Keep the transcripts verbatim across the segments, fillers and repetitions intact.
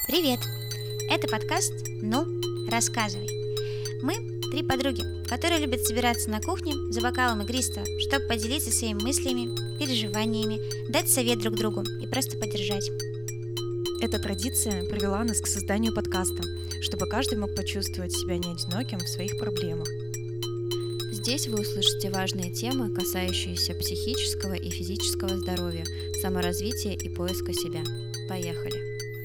Привет! Это подкаст «Ну, рассказывай». Мы – три подруги, которые любят собираться на кухне за бокалом игристого, чтобы поделиться своими мыслями, переживаниями, дать совет друг другу и просто поддержать. Эта традиция привела нас к созданию подкаста, чтобы каждый мог почувствовать себя не одиноким в своих проблемах. Здесь вы услышите важные темы, касающиеся психического и физического здоровья, саморазвития и поиска себя. Поехали!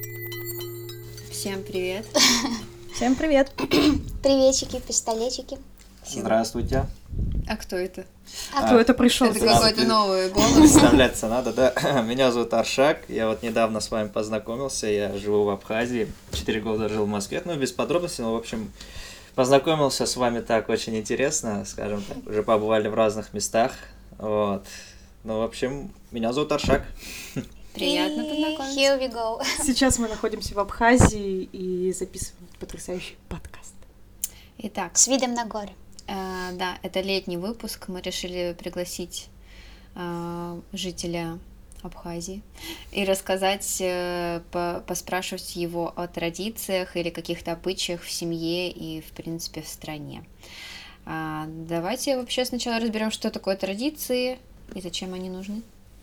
Всем привет! Всем привет! Приветики, пистолетики. Здравствуйте. А кто это? А кто это пришел? Это какой-то новый голос. Представляться надо, да? Меня зовут Аршак, я вот недавно с вами познакомился, я живу в Абхазии, четыре года жил в Москве, ну без подробностей, но в общем познакомился с вами так очень интересно, скажем так, уже побывали в разных местах, вот. Ну, в общем, меня зовут Аршак. Приятно И познакомиться. Here we go. Сейчас мы находимся в Абхазии и записываем потрясающий подкаст. Итак, С видом на горы. э, да, это летний выпуск. Мы решили пригласить э, жителя Абхазии и рассказать, э, по- поспрашивать его о традициях или каких-то обычаях в семье и, в принципе, в стране. А, давайте вообще сначала разберем, что такое традиции и зачем они нужны.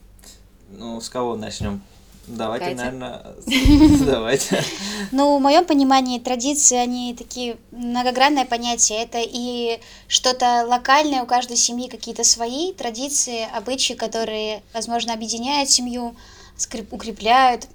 Ну, с кого начнем? Давайте, Катя. наверное, давайте. Ну, в моем понимании традиции, они такие многогранное понятие. Это и что-то локальное, у каждой семьи какие-то свои традиции, обычаи, которые, возможно, объединяют семью, скреп- укрепляют,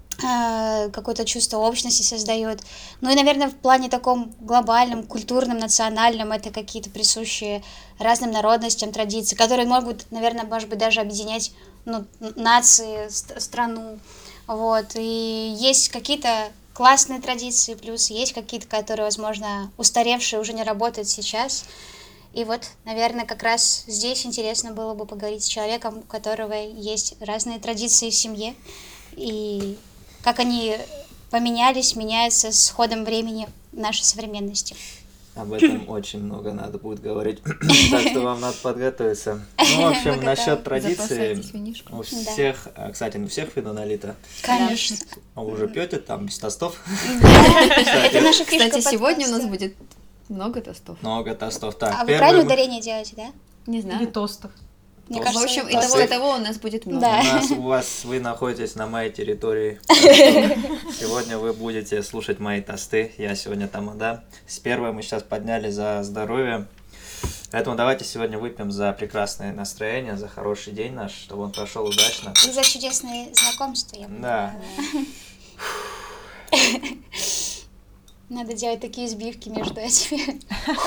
э, какое-то чувство общности создают. Ну и, наверное, в плане таком глобальном, культурном, национальном, это какие-то присущие разным народностям традиции, которые могут, наверное, может быть, даже объединять ну, н- нации, ст- страну. Вот. И есть какие-то классные традиции, плюс есть какие-то, которые, возможно, устаревшие, уже не работают сейчас. И вот, наверное, как раз здесь интересно было бы поговорить с человеком, у которого есть разные традиции в семье, и как они поменялись, меняются с ходом времени нашей современности. Об этом очень много надо будет говорить, так что вам надо подготовиться. Ну, в общем, Мы насчет готовы. традиции, Запасайтесь винишком. у Да. всех, а, кстати, не у всех вино налито, Конечно. а вы уже пьете там без тостов? Это наша фишка Кстати, сегодня у нас подкаста. будет много тостов. Много тостов. Так, А вы первый правильно мы- ударение делаете, да? Не Или знаю. тостов. Мне В В кажется, общем, это и того, тосты. и того у нас будет много. Да. У нас, у вас, вы находитесь на моей территории. Сегодня вы будете слушать мои тосты. Я сегодня тамада. С первой мы сейчас подняли за здоровье. Поэтому давайте сегодня выпьем за прекрасное настроение, за хороший день наш, чтобы он прошел удачно. И за чудесные знакомства. Я Да. Надо делать такие сбивки между этими.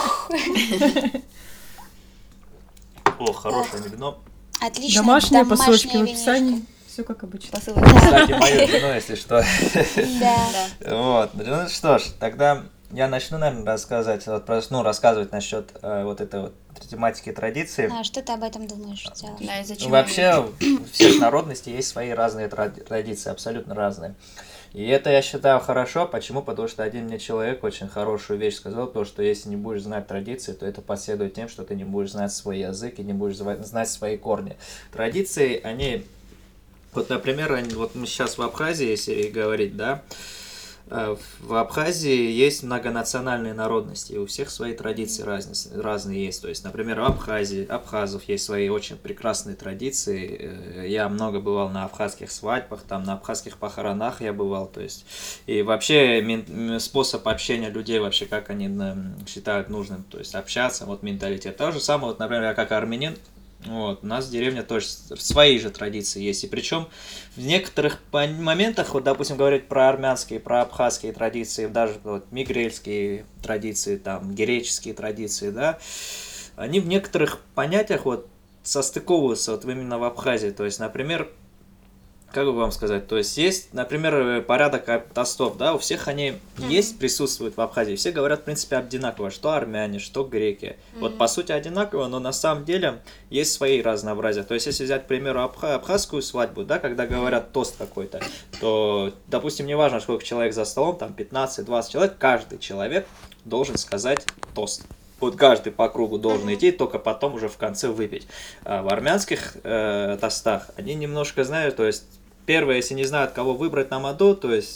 О, хорошее вино. Отлично. Домашние по ссылочке в винишко. описании. Все как обычно. Посылка. Кстати, мое вино, если что. Да. Вот. Ну что ж, тогда я начну, наверное, рассказывать, вот, просто, ну, рассказывать насчет э, вот этой вот тематики традиции. А что ты об этом думаешь в целом? Да, и Ну, зачем вообще, у всех народностей есть свои разные тради- традиции, абсолютно разные. И это я считаю хорошо. Почему? Потому что один мне человек очень хорошую вещь сказал, то, что если не будешь знать традиции, то это последует тем, что ты не будешь знать свой язык и не будешь зва- знать свои корни. Традиции, они, вот, например, они, вот мы сейчас в Абхазии, если говорить, да, э, в Абхазии есть многонациональные народности, и у всех свои традиции разные, разные есть. То есть, например, в Абхазии, абхазов есть свои очень прекрасные традиции. Э, Я много бывал на абхазских свадьбах, там на абхазских похоронах я бывал. То есть, и вообще мен- м, способ общения людей, вообще как они м, считают нужным, то есть общаться, вот менталитет. То же самое, вот, например, я как армянин. Вот, у нас в деревне тоже свои же традиции есть. И причем в некоторых пон- моментах, вот, допустим, говорить про армянские, про абхазские традиции, даже вот, мигрельские традиции, там, греческие традиции, да, они в некоторых понятиях вот состыковываются вот именно в Абхазии. То есть, например, как бы вам сказать, то есть есть, например, порядок а- тостов, да, у всех они есть, присутствуют в Абхазии, все говорят, в принципе, одинаково, что армяне, что греки, вот по сути одинаково, но на самом деле есть свои разнообразия, то есть если взять, к примеру, абха- абхазскую свадьбу, да, когда говорят тост какой-то, то, допустим, неважно, сколько человек за столом, там пятнадцать-двадцать человек, каждый человек должен сказать тост. Вот каждый по кругу должен идти, только потом уже в конце выпить. А в армянских э, тостах они немножко знают, то есть первое, если не знают, кого выбрать на маду, то есть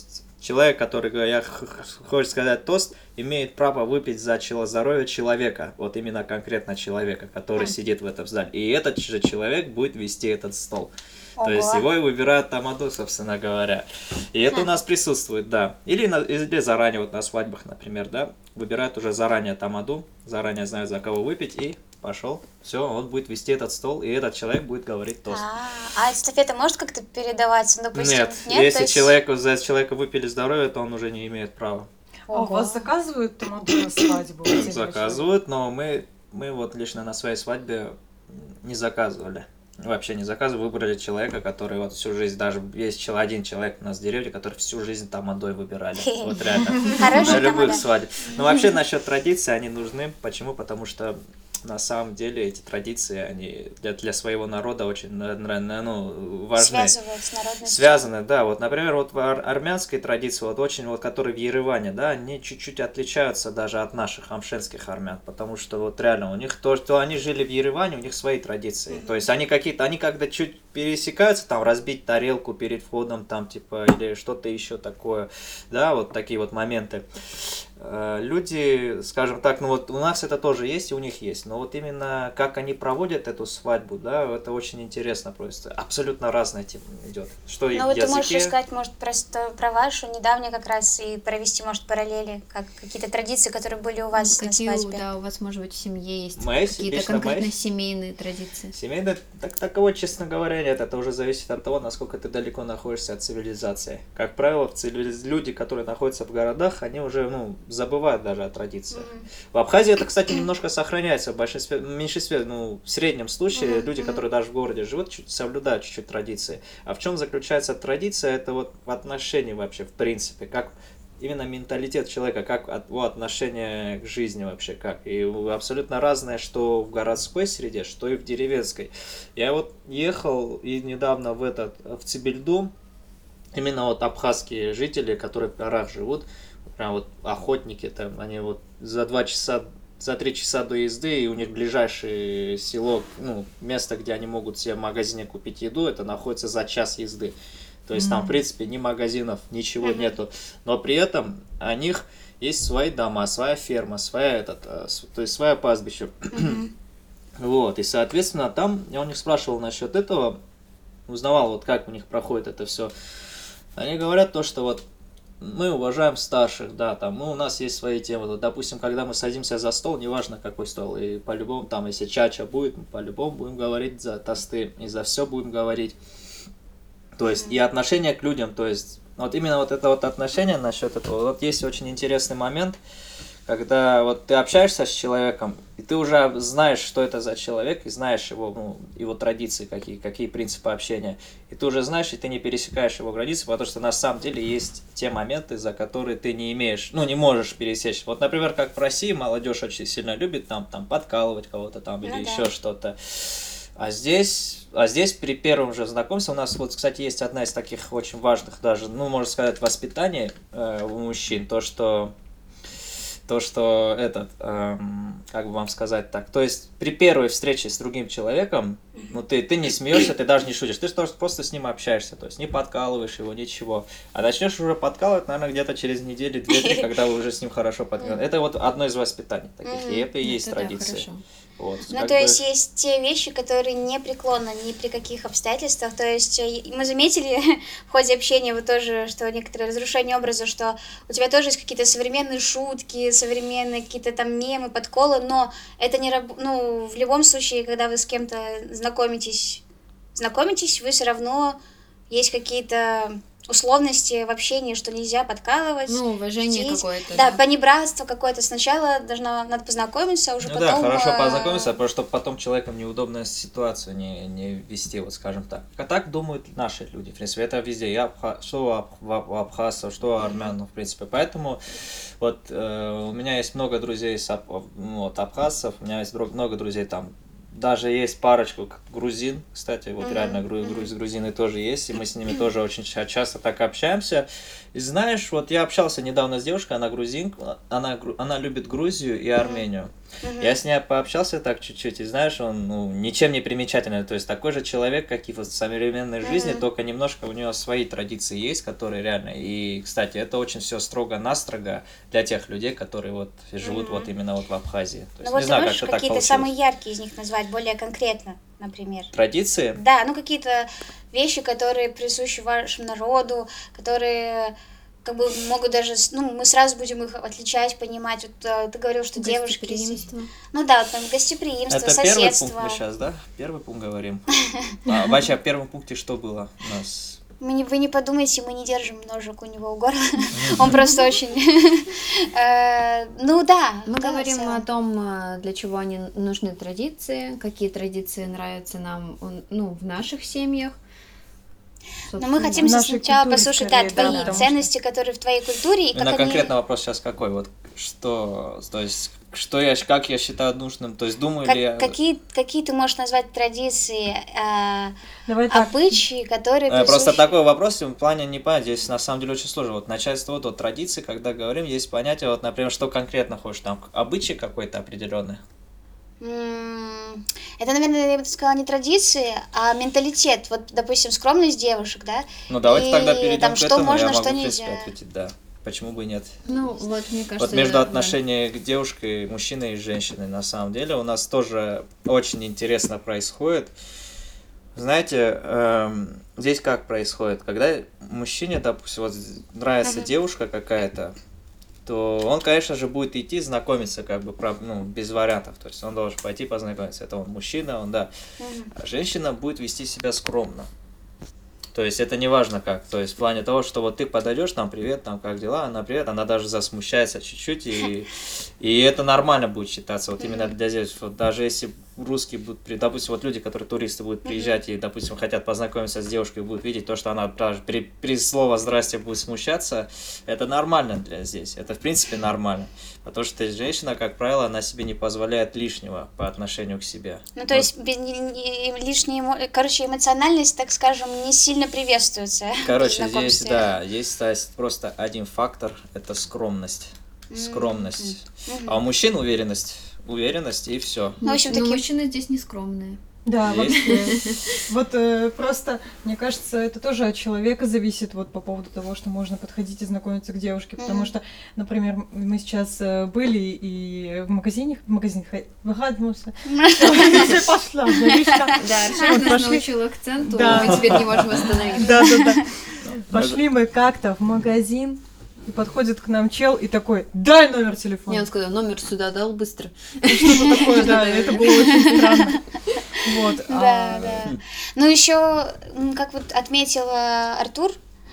человек, который, я хочу сказать, тост, имеет право выпить за здоровье человека, вот именно конкретно человека, который сидит в этом зале. И этот же человек будет вести этот стол. Ого. То есть его и выбирают тамаду, собственно говоря. И это у нас присутствует, да. Или, на, или заранее, вот на свадьбах, например, да, выбирают уже заранее тамаду, заранее знают, за кого выпить, и пошел. Все, он будет вести этот стол, и этот человек будет говорить тост. А, а эстафета может как-то передаваться? Ну, допустим, Нет, нет, если то есть- человеку, за человека выпили здоровье, то он уже не имеет права. А у Ого. вас заказывают тамаду на свадьбу? отдельно? Заказывают, но мы, мы вот лично на своей свадьбе не заказывали. Вообще не заказывали, выбрали человека, который вот всю жизнь, даже есть чел- один человек у нас в деревне, который всю жизнь тамадой выбирали. Вот реально. Хорошая На любых тамада. свадьбах. Но вообще насчет традиций они нужны. Почему? Потому что на самом деле эти традиции, они для, для своего народа очень на- на- ну, важны. Связывают с народностью. Связаны, да. Вот, например, вот в ар- армянской традиции, вот очень, вот, которые в Ереване, да, они чуть-чуть отличаются даже от наших амшенских армян, потому что вот реально у них то, что они жили в Ереване, у них свои традиции. То есть они какие-то, они когда чуть пересекаются, там, разбить тарелку перед входом, там, типа, или что-то еще такое, да, вот такие вот моменты. Э, Люди, скажем так, ну вот у нас это тоже есть, и у них есть, но вот именно как они проводят эту свадьбу, да, это очень интересно просто. Абсолютно разная тема идет. Что и Ну в вот ты можешь языке. рассказать, может, просто про вашу недавнее как раз и провести, может, параллели, как какие-то традиции, которые были у вас на Какие, свадьбе. да, у вас, может быть, в семье есть Моей, какие-то лично конкретно моей? семейные традиции? Семейное, так, такового, честно говоря, нет. Это уже зависит от того, насколько ты далеко находишься от цивилизации. Как правило, в цивилиз- люди, которые находятся в городах, они уже, ну, забывают даже о традициях. В Абхазии это, кстати, немножко сохраняется. В большинстве, в меньшинстве, ну, в среднем случае, люди, которые даже в городе живут, чуть соблюдают чуть-чуть традиции. А в чем заключается традиция? Это вот в отношении вообще, в принципе, как именно менталитет человека, как от, о, отношение к жизни вообще, как. И абсолютно разное, что в городской среде, что и в деревенской. Я вот ехал и недавно в этот, в Цибельду, именно вот абхазские жители, которые в горах живут, прям вот охотники там, они вот за два часа, за три часа до езды, и у них ближайшее село, ну, место, где они могут себе в магазине купить еду, это находится за час езды. То есть там, в принципе, ни магазинов, ничего нету. Но при этом у них есть свои дома, своя ферма, своя этот, э, с- то есть свое пастбище. Вот, и, соответственно, там я у них спрашивал насчет этого, узнавал, вот как у них проходит это все. Они говорят то, что вот мы уважаем старших, да, там, ну, у нас есть свои темы. Вот, допустим, когда мы садимся за стол, неважно какой стол, и по-любому, там, если чача будет, мы по-любому будем говорить за тосты, и за все будем говорить. То есть, и отношение к людям, то есть, вот именно вот это вот отношение насчет этого, вот есть очень интересный момент, когда вот ты общаешься с человеком, и ты уже знаешь, что это за человек, и знаешь его, ну, его традиции, какие, какие принципы общения, и ты уже знаешь, и ты не пересекаешь его границы, потому что на самом деле есть те моменты, за которые ты не имеешь, ну, не можешь пересечь. Вот, например, как в России молодежь очень сильно любит там, там подкалывать кого-то там, Ну или да. еще что-то. А здесь, а здесь при первом же знакомстве у нас, вот, кстати, есть одна из таких очень важных даже, ну, можно сказать, воспитаний э, у мужчин, то, что то, что этот, эм, как бы вам сказать так, то есть при первой встрече с другим человеком, ну ты, ты не смеешься, ты даже не шутишь, ты что, просто с ним общаешься, то есть не подкалываешь его, ничего. А начнешь уже подкалывать, наверное, где-то через неделю, две-три, когда вы уже с ним хорошо подкалываете. Это вот одно из воспитаний таких, и это и есть Это да, традиция. хорошо. Вот, Ну, как то бы- есть есть те вещи, которые непреклонны ни при каких обстоятельствах. То есть э, мы заметили в ходе общения вот тоже, что некоторые разрушения образа, что у тебя тоже есть какие-то современные шутки, современные какие-то там мемы, подколы, но это не раб... ну, в любом случае, когда вы с кем-то знакомитесь, знакомитесь, вы все равно есть какие-то условности в общении, что нельзя подкалывать. Ну, уважение шутить. какое-то. Да, понебратство какое-то. Сначала должно, надо познакомиться, а уже Ну потом... да, хорошо э, познакомиться, просто чтобы потом человеком неудобную ситуацию не, не ввести, вот скажем так. А так думают наши люди, в принципе, это везде, и абха... что у абх- у абхазцев, что у армян, ну, в принципе. Поэтому вот э, у меня есть много друзей с аб... ну, вот, абхазцев, у меня есть друг- много друзей там, даже есть парочку как грузин, кстати, вот Мгм, реально гру- груз- грузины тоже есть, и мы с ними тоже очень ча- часто так общаемся. И знаешь, вот я общался недавно с девушкой, она грузинка, она, гру- она любит Грузию и Армению. Мгм. Я с ней пообщался так чуть-чуть, и знаешь, он ну, ничем не примечательный. То есть такой же человек, как и вот в современной жизни, Мгм. только немножко у него свои традиции есть, которые реально. И, кстати, это очень все строго-настрого для тех людей, которые вот живут Мгм. вот именно вот в Абхазии. То Ну есть вот не ты знаю, как можешь это так какие-то получилось. самые яркие из них назвать, более конкретно, например? Традиции? Да, ну какие-то вещи, которые присущи вашему народу, которые как бы могут даже, с- ну, мы сразу будем их отличать, понимать. Вот э, ты говорил, что девушки здесь- Гостеприимство. Ну да, там гостеприимство, Это первый пункт соседство. мы сейчас, да? Первый пункт говорим. А вообще, в первом пункте что было у нас? Мы не- вы не подумайте, мы не держим ножик у него у горла. Он просто очень... э, Ну да. Мы да, в говорим целом. о том, а, для чего они нужны традиции, какие традиции нравятся нам он- ну, в наших семьях. Но мы Собственно, хотим В нашей сначала культуре послушать, да, скорее, да, твои потому что- ценности, которые в твоей культуре, и как Именно они... конкретный вопрос сейчас какой? Вот что, то есть, что я, как я считаю нужным, то есть думаю как- ли я... какие, какие ты можешь назвать традиции, э, Давай так. обычаи, которые Э, Просто присущи- такой вопрос в плане не понять, здесь на самом деле очень сложно. Вот начать с того, вот традиции, когда говорим, есть понятие, вот, например, что конкретно хочешь, там, обычай какой-то определенный. М, Это, наверное, я бы сказала, не традиции, а менталитет. Вот, допустим, скромность девушек, да? Ну, давайте И тогда перейдем там к что этому, можно, я могу, что в принципе, нельзя. ответить, да. Почему бы и нет? Ну, вот, мне кажется... Вот между да. отношением к девушке, мужчиной и женщиной, на самом деле, у нас тоже очень интересно происходит. Знаете, эм, здесь как происходит? Когда мужчине, допустим, вот нравится Мгм. девушка какая-то, то он, конечно же, будет идти знакомиться, как бы, про- ну, без вариантов. То есть он должен пойти познакомиться. Это он мужчина, он, да. Мгм. А женщина будет вести себя скромно. То есть это не важно как. То есть в плане того, что вот ты подойдешь, там, привет, там, как дела, она привет, она даже засмущается чуть-чуть, и, и это нормально будет считаться. Вот именно для здесь, вот даже если русские будут, при- допустим, вот люди, которые туристы будут приезжать и, допустим, хотят познакомиться с девушкой, будут видеть то, что она даже при, при слово «здрасте» будет смущаться, это нормально для здесь. Это, в принципе, нормально. Потому что женщина, как правило, она себе не позволяет лишнего по отношению к себе. Ну, Вот. то есть без- не- не- лишняя, эмо- короче, эмоциональность, так скажем, не сильно приветствуется. при Короче, здесь, знакомстве. да, есть то есть, просто один фактор – это скромность. Скромность. Мгм. А у мужчин уверенность. Уверенность и все. Ну, в общем, Но такие- мужчины здесь не скромные. Да, Есть? вообще. Вот э, просто, мне кажется, это тоже от человека зависит вот по поводу того, что можно подходить и знакомиться к девушке. Потому Мгм. что, например, мы сейчас э, были и в магазине, в магазин ходили. Пошла, Маришка. Да, Вот, Аршак нас пошли. научил акценту, Да. мы теперь не можем остановиться. Да, да, да. Пошли мы как-то в магазин, и подходит к нам чел и такой: дай номер Не, он телефона. сказал, номер сюда дал быстро. Что-то такое, да, это было очень странно. Вот. Да, а, да. Ну, еще, как вот отметил э, Артур,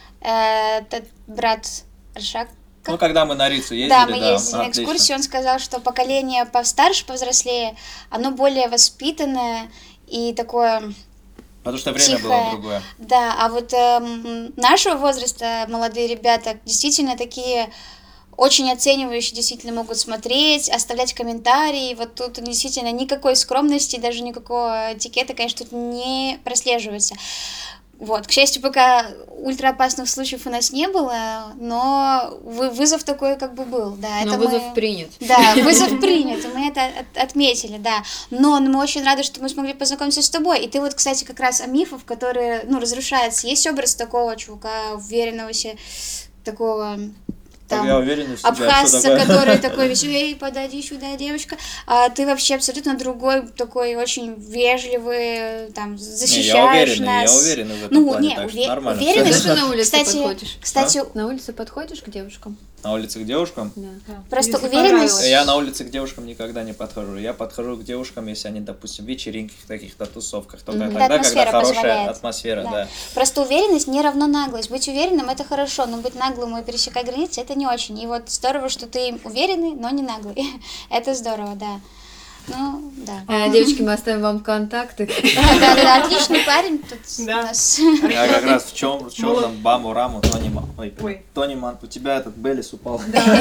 э, этот брат Аршак, Ну, когда мы на Рицу ездили, да, да, мы ездили на отлично. экскурсию, он сказал, что поколение постарше, повзрослее, оно более воспитанное и такое, Потому что время было тихое. другое. да, а вот эм, нашего возраста молодые ребята действительно такие очень оценивающие, действительно могут смотреть, оставлять комментарии, вот тут действительно никакой скромности, даже никакого этикета, конечно, тут не прослеживается. Вот, к счастью, пока ультраопасных случаев у нас не было, но вы- вызов такой как бы был, да. Но это вызов мы... принят. Да, вызов принят, и мы это от- отметили, да. Но мы очень рады, что мы смогли познакомиться с тобой. И ты вот, кстати, как раз о мифах, которые, ну, разрушаются. Есть образ такого чувака, уверенного себе, такого... Там, Я уверен в себя, абхазца, что такое. который такой весь, эй, подойди сюда, девочка. А ты вообще абсолютно другой, такой очень вежливый, там, Не, защищаешь я уверен, нас. я уверен в этом Ну, плане, не, так что уве- нормально. Ты уверенность- тоже на улице Кстати, подходишь? кстати, На улице подходишь к девушкам? На улице к девушкам? Да. просто Если уверенность... понравилось. Я на улице к девушкам никогда не подхожу. Я подхожу к девушкам, если они, допустим, в вечеринках, каких-то тусовках. Только Мгм. тогда, Да, атмосфера когда хорошая позволяет. атмосфера, Да. да. Просто уверенность не равно наглость. Быть уверенным — это хорошо, но быть наглым и пересекать границы — это не очень. И вот здорово, что ты уверенный, но не наглый. Это здорово, да. Ну, да. Э, Девочки, мы оставим вам контакты. Да, да, да, отличный парень тут у Да. нас. Я как раз в чем в черном баму раму Тони Ман. Ой, Ой. Тони Ман, у тебя этот Беллис упал.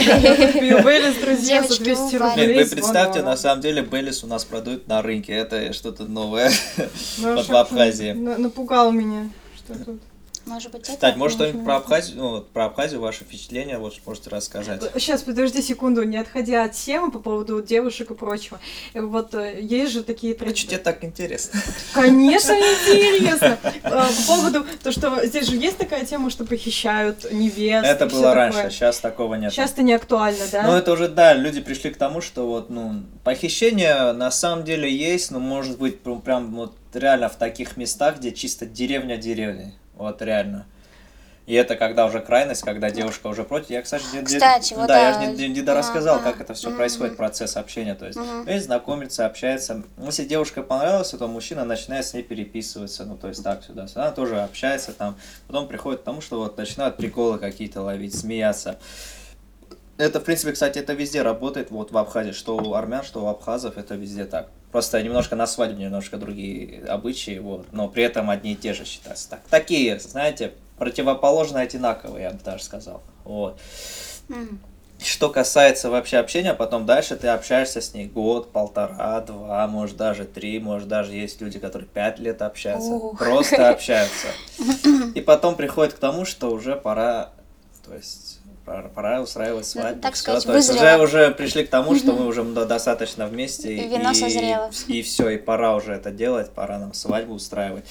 Беллис, друзья, за Девочки, двести упали. рублей. Нет, вы с представьте, Ванова. на самом деле Беллис у нас продают на рынке. Это что-то новое. Ну, Вот в Шак Абхазии. на- Напугал меня. Что тут? Может быть, это? Кстати, может, что-нибудь про Абхазию, ну, вот, про Абхазию, ваши впечатления, вот, можете рассказать? Сейчас, подожди секунду, не отходя от темы по поводу девушек и прочего. Э, Вот э, есть же такие Почему традиции. тебе так интересно? Конечно, интересно. Э, По поводу то, что здесь же есть такая тема, что похищают невест. Это и всё было раньше, такое. сейчас такого нет. Сейчас это не актуально, да? Ну, это уже, да, люди пришли к тому, что вот, ну, похищение на самом деле есть, но может быть прям, прям вот реально в таких местах, где чисто деревня деревни. Вот реально. И это когда уже крайность, когда девушка уже против. Я, кстати, не, Кстати, да, вот я да. же не, не Ага, дорассказал, ага. как это все Мгм, происходит, мгм. процесс общения. То есть, Мгм. то есть знакомится, общается. Если девушка понравилась, то мужчина начинает с ней переписываться. Ну, то есть так сюда. Она тоже общается там. Потом приходит к тому, что вот начинают приколы какие-то ловить, смеяться. Это, в принципе, кстати, это везде работает, вот в Абхазии, что у армян, что у абхазов, это везде так. Просто немножко на свадьбе, немножко другие обычаи, вот, но при этом одни и те же считаются. Так, такие, знаете, противоположно одинаковые, я бы даже сказал. Вот. М. Что касается вообще общения, потом дальше ты общаешься с ней год, полтора, два, может даже три, может даже есть люди, которые пять лет общаются, Ух. просто общаются. И потом приходит к тому, что уже пора, то есть пора, пора устраивать свадьбу. так всё. сказать, То есть уже, вызрело. уже пришли к тому, что мы уже до- достаточно вместе. И вино созрело. И все, и пора уже это делать, пора нам свадьбу устраивать.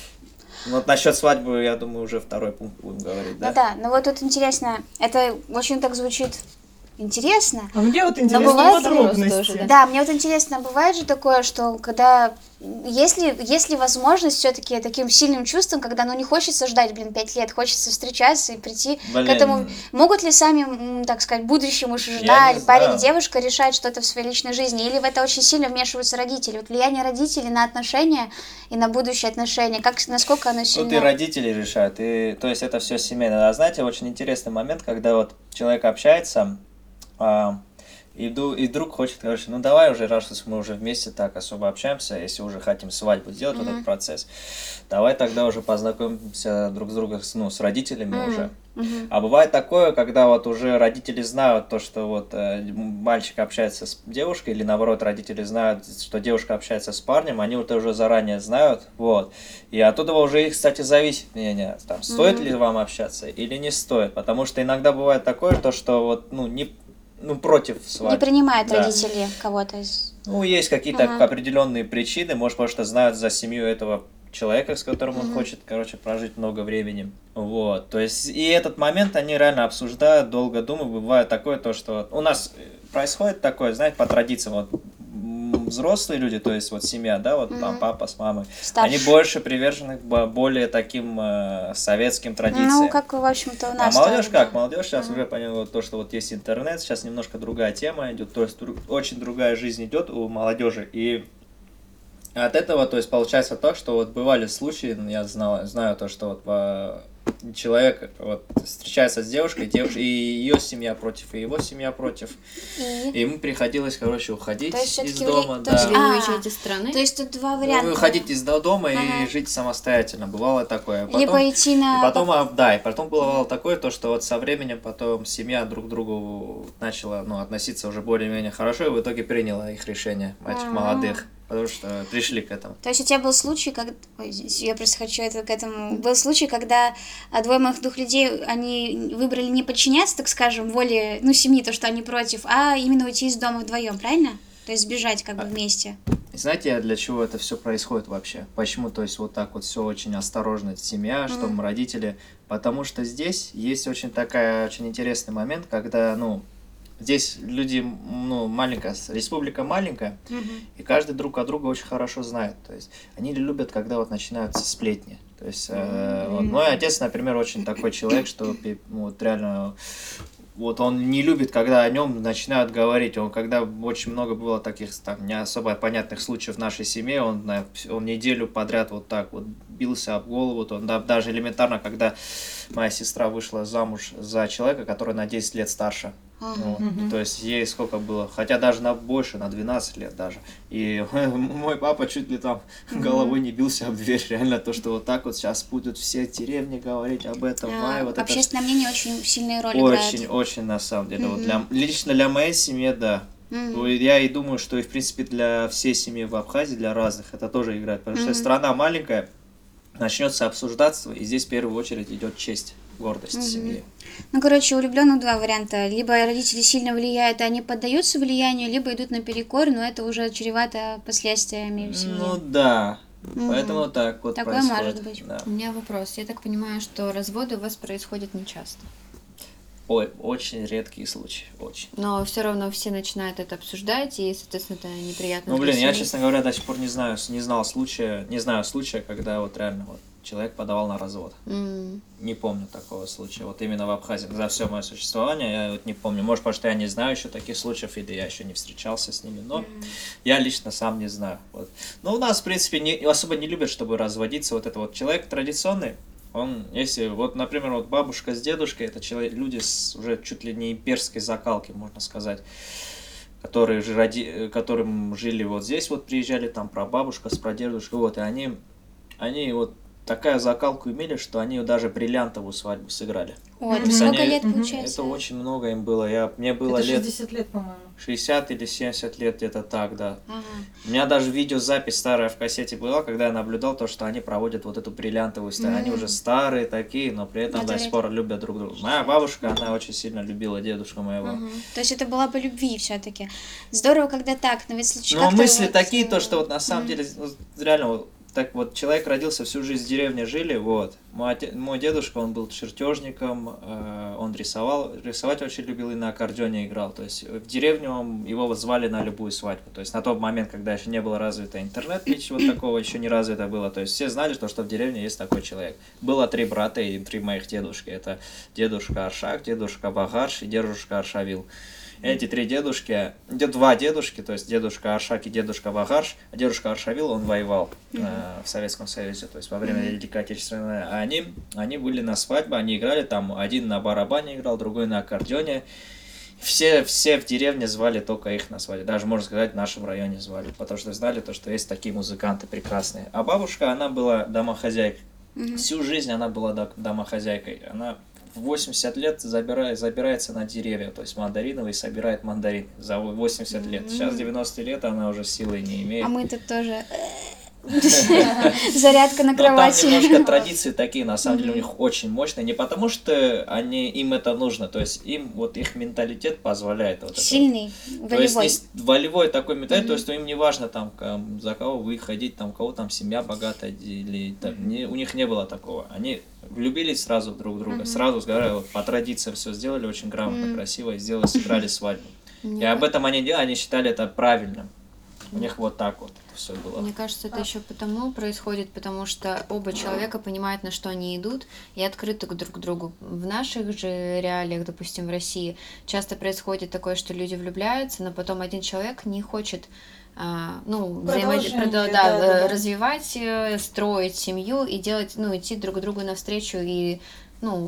Ну, вот насчет свадьбы, я думаю, уже второй пункт будем говорить, да? Ну да, ну вот тут интересно, это очень так звучит интересно. А мне вот интересны бывает подробности. тоже, да. Да, мне вот интересно, бывает же такое, что когда, если, если возможность все-таки таким сильным чувством, когда, ну, не хочется ждать, блин, пять лет, хочется встречаться и прийти Блин. к этому, могут ли сами, м, так сказать, будущий муж и Я жена, не или парень знаю. и девушка решать что-то в своей личной жизни, или в это очень сильно вмешиваются родители? Вот влияние родителей на отношения и на будущее отношения, как, насколько оно сильно... Тут и родители решают, и, то есть это все семейно. А знаете, очень интересный момент, когда вот человек общается, а, и, ду- и друг хочет, короче, ну давай уже, раз уж мы уже вместе так особо общаемся, если уже хотим свадьбу сделать, вот этот процесс, давай тогда уже познакомимся друг с другом, с, ну, с родителями Мгм. уже. Мгм. А бывает такое, когда вот уже родители знают то, что вот э, мальчик общается с девушкой, или наоборот, родители знают, что девушка общается с парнем, они вот уже заранее знают, вот. И оттуда уже их, кстати, зависит мнение, там, стоит ли вам общаться или не стоит, потому что иногда бывает такое, то, что вот, ну, не, ну, против Не свадьбы. принимают Да. родители кого-то из... Ну, есть какие-то Ага. определенные причины, может, потому что знают за семью этого человека, с которым он Мгм. хочет, короче, прожить много времени. Вот, то есть, и этот момент они реально обсуждают, долго думают. Бывает такое, то, что у нас происходит такое, знаете, по традициям, вот м, взрослые люди, то есть вот семья, да, вот там Мгм. папа с мамой, старших. они больше привержены к бо- более таким э, советским традициям. Ну, как, в общем-то, у А нас молодежь тоже, как? да. Молодежь сейчас Мгм. уже поняла то, что вот есть интернет, сейчас немножко другая тема идет, то есть дру- очень другая жизнь идет у молодежи. И от этого, то есть получается так, что вот бывали случаи, ну, я знал, знаю то, что вот а, человек вот встречается с девушкой, девуш... и ее семья против, и его семья против. И... И ему приходилось, короче, уходить То есть из всё-таки дома, вли- то да. есть- Или А, уезжать из страны. То есть тут два Ну, варианта. Выходить из до- дома и Ага. жить самостоятельно. Бывало такое. Потом... Либо идти на... И потом, а, да, и потом было такое, то, что вот со временем потом семья друг к другу начала, ну, относиться уже более-менее хорошо, и в итоге приняла их решение, этих А. молодых, потому что пришли к этому. То есть у тебя был случай, как... Ой, извините, я просто хочу это, к этому... Был случай, когда а, двое моих двух людей, они выбрали не подчиняться, так скажем, воле, ну, семьи, то, что они против, а именно уйти из дома вдвоем, правильно? То есть сбежать как бы вместе. И знаете, для чего это все происходит вообще? Почему, то есть, вот так вот все очень осторожно, семья, что Мгм. родители? Потому что здесь есть очень такая, очень интересный момент, когда, ну, здесь люди, ну, маленькая, республика маленькая, Мгм. и каждый друг о друга очень хорошо знает. То есть они любят, когда вот начинаются сплетни. То есть э, вот мой отец, например, очень такой человек, что пи- ну, вот реально вот он не любит, когда о нем начинают говорить. Он, когда очень много было таких там не особо понятных случаев в нашей семье, он, на- он неделю подряд вот так вот бился об голову. То он, да, даже элементарно, когда моя сестра вышла замуж за человека, который на десять лет старше. Ага. Вот. Мгм. То есть ей сколько было, хотя даже на больше, на двенадцать лет даже. И мой папа чуть ли там головой не бился об дверь. Реально то, что вот так вот сейчас будут все деревни говорить об этом. А, Ай, вот это общественное мнение очень сильную роль играет. очень, очень на самом деле. Вот Мгм. для, лично для моей семьи, да. Мгм. Ну, и Я и думаю, что и в принципе для всей семьи в Абхазии, для разных, это тоже играет. Потому что Мгм. страна маленькая, начнется обсуждаться, и здесь в первую очередь идет честь, гордость Мгм. семьи. Ну, короче, у влюбленных два варианта. Либо родители сильно влияют, и они поддаются влиянию, либо идут наперекор, но это уже чревато последствиями в семье. Ну да, Мгм. поэтому так вот Такое происходит. может быть. Да. У меня вопрос. Я так понимаю, что разводы у вас происходят нечасто. Ой, очень редкие случаи, очень. Но все равно все начинают это обсуждать, и, соответственно, это неприятно. Ну, для блин, я, семьи. честно говоря, до сих пор не знаю, не знал случая, не знаю случая, когда вот реально вот человек подавал на развод. М. Не помню такого случая. Вот именно в Абхазии. За все мое существование я вот не помню. Может, потому что я не знаю еще таких случаев, или я еще не встречался с ними, но я лично сам не знаю. Вот. Но у нас, в принципе, не, особо не любят, чтобы разводиться. Вот это вот человек традиционный, он, если, вот, например, вот бабушка с дедушкой, это человек, люди с уже чуть ли не имперской закалки, можно сказать, которые, же роди, которым жили вот здесь, вот приезжали там прабабушка с прадедушкой, вот, и они, они вот такая закалку имели, что они даже бриллиантовую свадьбу сыграли. Вот, То есть сколько они- лет Мгм. получается? Это очень много им было. Я, мне было Это лет шестьдесят лет, по-моему. шестьдесят или семьдесят лет, где-то так, да. Ага. У меня даже видеозапись старая в кассете была, когда я наблюдал то, что они проводят вот эту бриллиантовую стаю. Они М. уже старые такие, но при этом Это до сих ведь- пор любят друг друга. Моя бабушка, она очень сильно любила дедушку моего. Мгм. То есть это была по любви все-таки. Здорово, когда так, но ведь случай Но как-то мысли вот, такие, э, то, что вот на самом м. деле, ну, реально, вот, так вот, человек родился, всю жизнь в деревне жили, вот. Мой, оте- мой дедушка, он был чертежником, э, он рисовал, рисовать очень любил и на аккордеоне играл. То есть в деревню он- его вот звали на любую свадьбу. То есть на тот момент, когда еще не было развито интернет, ничего такого еще не развито было. То есть все знали, что, что в деревне есть такой человек. Было три брата и три моих дедушки. Это дедушка Аршак, дедушка Багарш и дедушка Аршавил. Эти три дедушки, де- два дедушки, то есть дедушка Аршак и дедушка Вагарш, а дедушка Аршавил, он воевал э, в Советском Союзе, то есть во время Великой Отечественной. А они, они были на свадьбе, они играли там, один на барабане играл, другой на аккордеоне. Все, все в деревне звали только их на свадьбу, даже, можно сказать, в нашем районе звали, потому что знали, то, что есть такие музыканты прекрасные. А бабушка, она была домохозяйкой. Мгм. Всю жизнь она была до- домохозяйкой. Она в восемьдесят лет забирает, забирается на деревья, то есть мандариновый, собирает мандарин за восемьдесят лет. Сейчас девяносто лет, она уже силы не имеет. А мы тут тоже... Зарядка на Но там кровати. немножко традиции такие, на самом деле, у них очень мощные. Не потому, что они, им это нужно, то есть им вот их менталитет позволяет вот это. Сильный, То есть волевой. есть волевой такой менталитет, то есть им не важно там, кам- за кого выходить, там, у кого там семья богатая, или там, не- у них не было такого. Они влюбились сразу друг в друга, сразу, говорю, вот, по традициям все сделали очень грамотно, Мгм. красиво, и сделали, сыграли свадьбу. И Мне об этом они делали, они считали это правильным. У них вот так вот все было. Мне кажется, это еще потому происходит, потому что оба человека понимают, на что они идут, и открыты к друг к другу. В наших же реалиях, допустим, в России, часто происходит такое, что люди влюбляются, но потом один человек не хочет а, ну, взаимоди- Продолжение, продо- да, да, да, э, да. развивать, э, строить семью и делать, ну, идти друг к другу навстречу и, ну,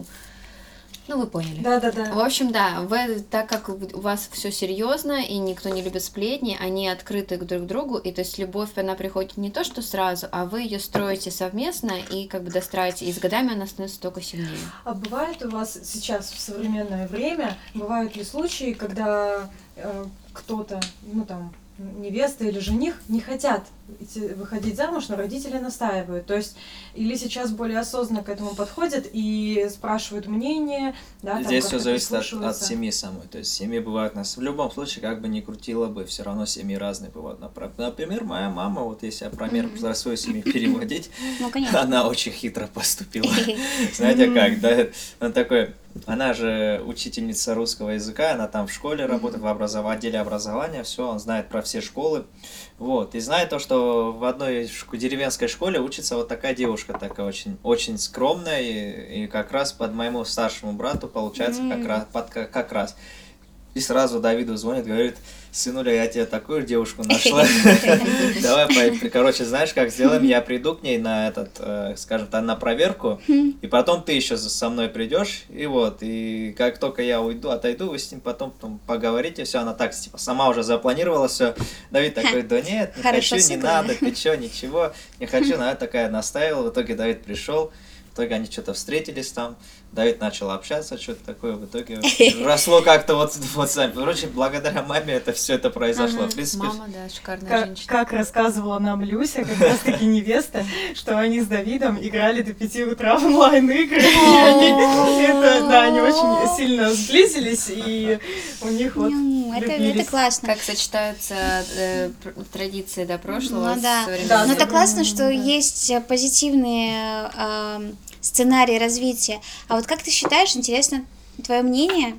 ну, вы поняли. В Да-да-да. общем, да, вы, так как у вас все серьезно и никто не любит сплетни, они открыты друг к другу, и то есть любовь, она приходит не то, что сразу, а вы ее строите совместно и как бы достраиваете, и с годами она становится только сильнее. А бывает у вас сейчас в современное время, бывают ли случаи, когда э, кто-то, ну там, невеста или жених не хотят идти- выходить замуж, но родители настаивают. То есть или сейчас более осознанно к этому подходят и спрашивают мнение, да, там Здесь все как-то зависит от, от прислушиваются. семьи самой. То есть семьи бывают нас. В любом случае, как бы ни крутило бы, все равно семьи разные бывают. Напра- Например, моя мама, вот если я пример про свою семью переводить, Ну, конечно. она очень хитро поступила. Знаете как, да? Она такой, она же учительница русского языка, она там в школе работает, в образов... отделе образования, все, он знает про все школы. Вот, и знает то, что в одной шк- деревенской школе учится вот такая девушка, такая очень, очень скромная, и, и как раз под моему старшему брату получается как М. раз, под, как, как раз. И сразу Давиду звонит, говорит, сынуля, я тебе такую девушку нашла. Давай, по- короче, знаешь, как сделаем? Я приду к ней на этот, э, скажем так, на проверку, и потом ты еще за- со мной придешь, и вот, и как только я уйду, отойду, вы с ним потом, потом поговорите, все, она так, типа, сама уже запланировала все. Давид такой, да нет, не Хорошо хочу, не сыграно. надо, ты че, ничего, не хочу, она такая настаивала, в итоге Давид пришел. итоге они что-то встретились там, Давид начал общаться, что-то такое, в итоге росло как-то вот, вот сами. Короче, благодаря маме это все это произошло. Ага. В принципе, Мама, да, шикарная Как, женщина. как рассказывала нам Люся, как раз таки невеста, что они с Давидом играли до пяти утра в онлайн-игры. И они, это, да, они очень сильно сблизились, и у них вот Ну, это, это любились. классно. Как сочетаются э, пр- традиции до прошлого Ну с да. современным. Да, Но это да. классно, что Да. есть э, позитивные э, сценарии развития. А вот как ты считаешь, интересно твое мнение?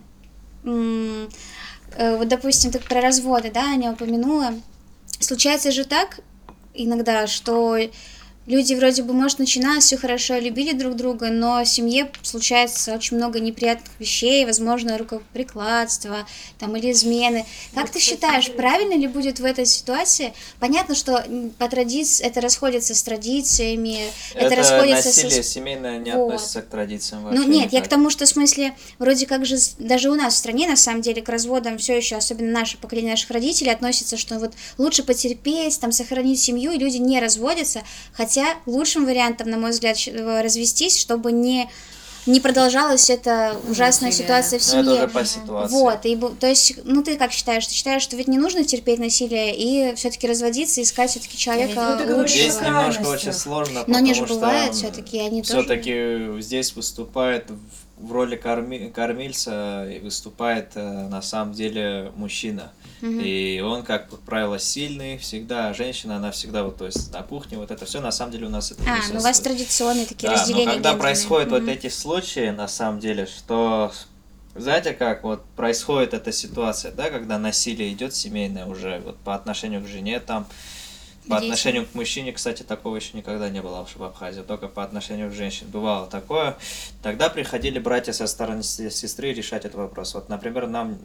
М, э, Вот, допустим, ты про разводы, да, Аня упомянула. Случается же так иногда, что люди вроде бы, может, начинают все хорошо, любили друг друга, но в семье случается очень много неприятных вещей, возможно, рукоприкладство там, или измены. Как ты считаешь, правильно ли будет в этой ситуации? Понятно, что м, по традиции это расходится с традициями, это, это расходится насилие с... семейное не Вот. относится к традициям вообще. Ну нет, я никак. к тому, что в смысле, вроде как же с- даже у нас в стране, на самом деле, к разводам все еще, особенно наше поколение наших родителей, относится, что вот лучше потерпеть, там, сохранить семью, и люди не разводятся, хотя лучшим вариантом, на мой взгляд, щ- э, развестись, чтобы не, не продолжалась эта ужасная Насилие, ситуация в Ну, это семье. уже по ситуации. Вот, и, бу- то есть, ну ты как считаешь? Ты считаешь, что ведь не нужно терпеть насилие и все-таки разводиться, искать все-таки человека Ну, ты говоришь, лучшего? Здесь немножко крайностях. очень сложно, Но они же потому бывают что все-таки, они тоже. все-таки здесь выступает в, в роли корми- кормильца и выступает э, на самом деле мужчина. Мгм. И он, как правило, сильный всегда, а женщина, она всегда вот, то есть на кухне, вот это все на самом деле у нас это А, ну у вас присутствует. традиционные такие Да, но разделения когда гендерные. происходят вот Мгм. эти случаи, на самом деле, что, знаете, как вот происходит эта ситуация, да, когда насилие идет семейное уже, вот по отношению к жене там, по Детям. отношению к мужчине, кстати, такого еще никогда не было в Абхазии, только по отношению к женщине. Бывало такое. Тогда приходили братья со стороны се- сестры решать этот вопрос. Вот, например, нам,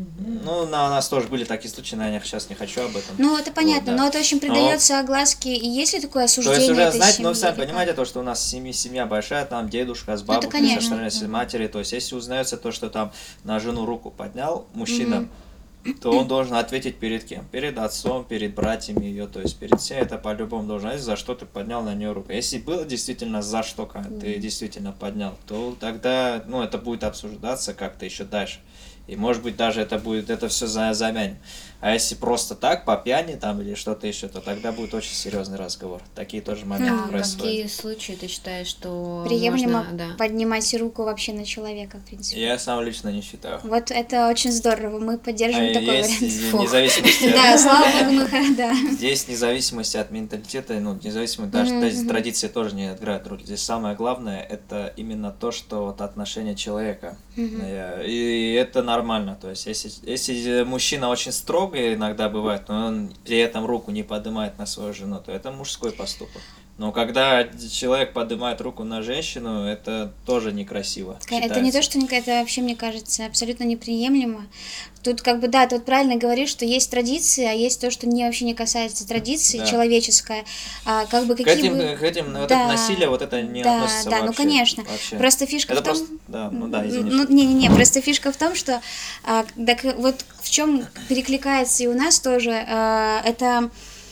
ну, на, у нас тоже были такие случаи, но я сейчас не хочу об этом. Ну, это понятно, Вот, да. но это очень придается огласке. И есть ли такое То осуждение есть уже, этой знаете, семьи? ну, сами или как? понимаете, то, что у нас семья, семья большая, там дедушка с это бабушкой, конечно. со стороны с матери, то есть если узнается то, что там на жену руку поднял мужчина, то он должен ответить перед кем? Перед отцом, перед братьями ее, то есть перед всем это по-любому должен ответить, за что ты поднял на нее руку. Если было действительно за что ка- ты действительно поднял, то тогда, ну, это будет обсуждаться как-то еще дальше. И может быть даже это будет, это все замянем. А если просто так, по пьяни там или что-то еще, то тогда будет очень серьезный разговор. Такие тоже моменты А происходят. какие случаи ты считаешь, что Приемлемо можно, да. поднимать руку вообще на человека, в принципе. Я сам лично не считаю. Вот это очень здорово, мы А поддерживаем такой есть вариант. вне зависимости от- Да, слава богу, мы х- да. Здесь вне зависимости от менталитета, ну, независимо, даже Мгм, то есть мгм. традиции тоже не играют роль. Здесь самое главное это именно то, что вот отношение человека. Мгм. Э, И это нормально. То есть, если, если мужчина очень строгий иногда бывает, но он при этом руку не поднимает на свою жену, то это мужской поступок. Но когда человек поднимает руку на женщину, это тоже некрасиво. Это не то, считается. что не- это вообще, мне кажется, абсолютно неприемлемо. Тут как бы, да, ты вот правильно говоришь, что есть традиции, а есть то, что не, вообще не касается традиции, Да. человеческое. А, как бы К какие этим, бы... к этим вот Да, это насилие, вот это не да, относится да, ну, вообще. конечно. вообще. Просто фишка Это в том... просто, да, ну да, извини. Ну, что- не-не-не, просто фишка в том, что а, так вот в чем перекликается и у нас тоже, а, это,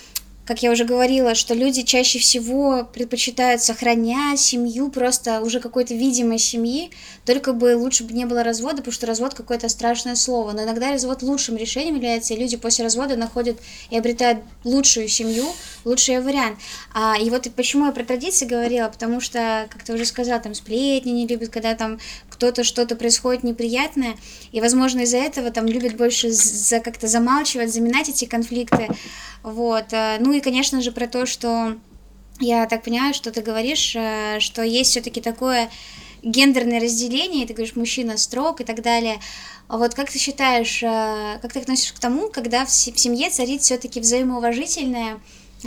как я уже говорила, что люди чаще всего предпочитают сохранять семью, просто уже какой-то видимой семьи, только бы лучше бы не было развода, потому что развод какое-то страшное слово, но иногда развод лучшим решением является, и люди после развода находят и обретают лучшую семью, лучший вариант. А, и вот и почему я про традиции говорила, потому что, как ты уже сказала, там сплетни не любят, когда там кто-то что-то происходит неприятное, и, возможно, из-за этого там любят больше за как-то замалчивать, заминать эти конфликты, вот. А, Ну и, конечно же, про то, что я так понимаю, что ты говоришь, э, что есть все-таки такое гендерное разделение, и ты говоришь, мужчина строг и так далее. А вот как ты считаешь, э, как ты относишься к тому, когда в се- в семье царит все-таки взаимоуважительное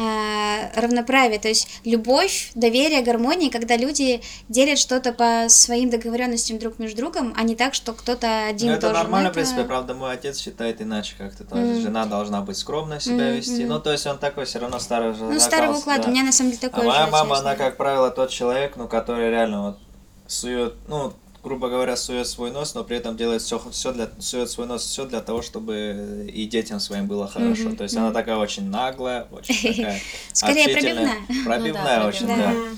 э, равноправие, то есть любовь, доверие, гармония, когда люди делят что-то по своим договоренностям друг между другом, а не так, что кто-то один Ну, это должен. нормально, в это- принципе, правда, мой отец считает иначе как-то. То Мгм. есть жена должна быть скромно себя Мгм, вести. мгм. Ну, то есть он такой все равно старый Ну, старого уклада, у меня на самом деле А такой моя же мама, отец, она, да. как правило, тот человек, ну, который реально вот сует, ну, грубо говоря, сует свой нос, но при этом делает все, все для, сует свой нос все для того, чтобы и детям своим было хорошо. Мгм, То есть мгм. она такая очень наглая, очень такая Скорее общительная, пробивная. пробивная Ну да, очень, пробивная. да. Мгм.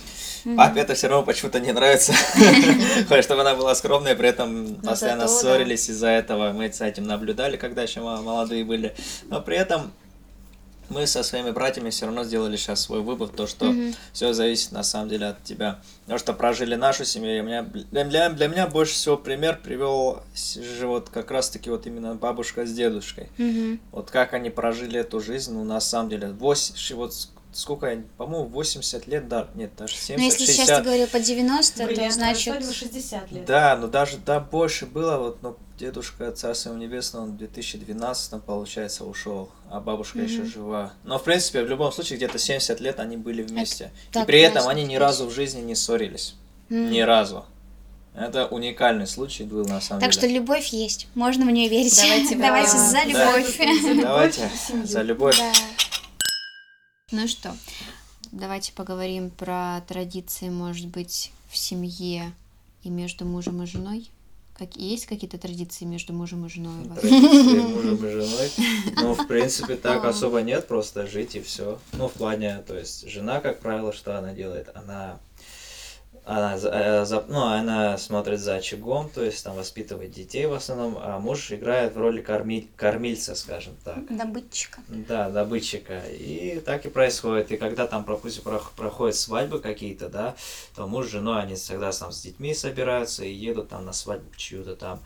Папе это все равно почему-то не нравится. Хочет, чтобы она была скромная, при этом постоянно зато, да. ссорились из-за этого. Мы за этим наблюдали, когда еще мо- молодые были. Но при этом мы со своими братьями все равно сделали сейчас свой выбор, то, что все зависит на самом деле от тебя. Потому что прожили нашу семью, и у меня, для, для, для меня больше всего пример привел с- же вот как раз-таки вот именно бабушка с дедушкой. Мгм. Вот как они прожили эту жизнь, ну, на самом деле, восемь, ши- вот с- сколько, я- по-моему, восемьдесят лет, да, нет, даже Но семьдесят, Ну, если сейчас ты шестьдесят. говорил по девяносто, то Бриллиантовая значит... свадьба шестьдесят лет. Да, ну даже, да, больше было, вот, ну, дедушка, царство ему небесное, он в две тысячи двенадцатом, получается, ушел, а бабушка еще Мгм. жива. Но, в принципе, в любом случае, где-то семьдесят лет они были вместе. И так при этом классно, они ни кстати. разу в жизни не ссорились. М. Ни разу. Это уникальный случай был, на самом Так что деле. любовь есть, можно в нее верить. Давайте Давайте про- за Да. любовь. Давайте и семью. за любовь. Да. Ну что, давайте поговорим про традиции, может быть, в семье и между мужем и женой. Как, есть какие-то традиции между мужем и женой у вас? Традиции мужем и женой. Ну, в принципе, так особо нет, просто жить и все. Ну, в плане, то есть, жена, как правило, что она делает? Она, она, за- э, за- ну, она смотрит за очагом, то есть, там, воспитывает детей в основном, а муж играет в роли корми- кормильца, скажем так. Добытчика. Да, добытчика. И так и происходит. И когда там, допустим, прох- проходят свадьбы какие-то, да, то муж с женой, они всегда там с детьми собираются и едут там на свадьбу чью-то там.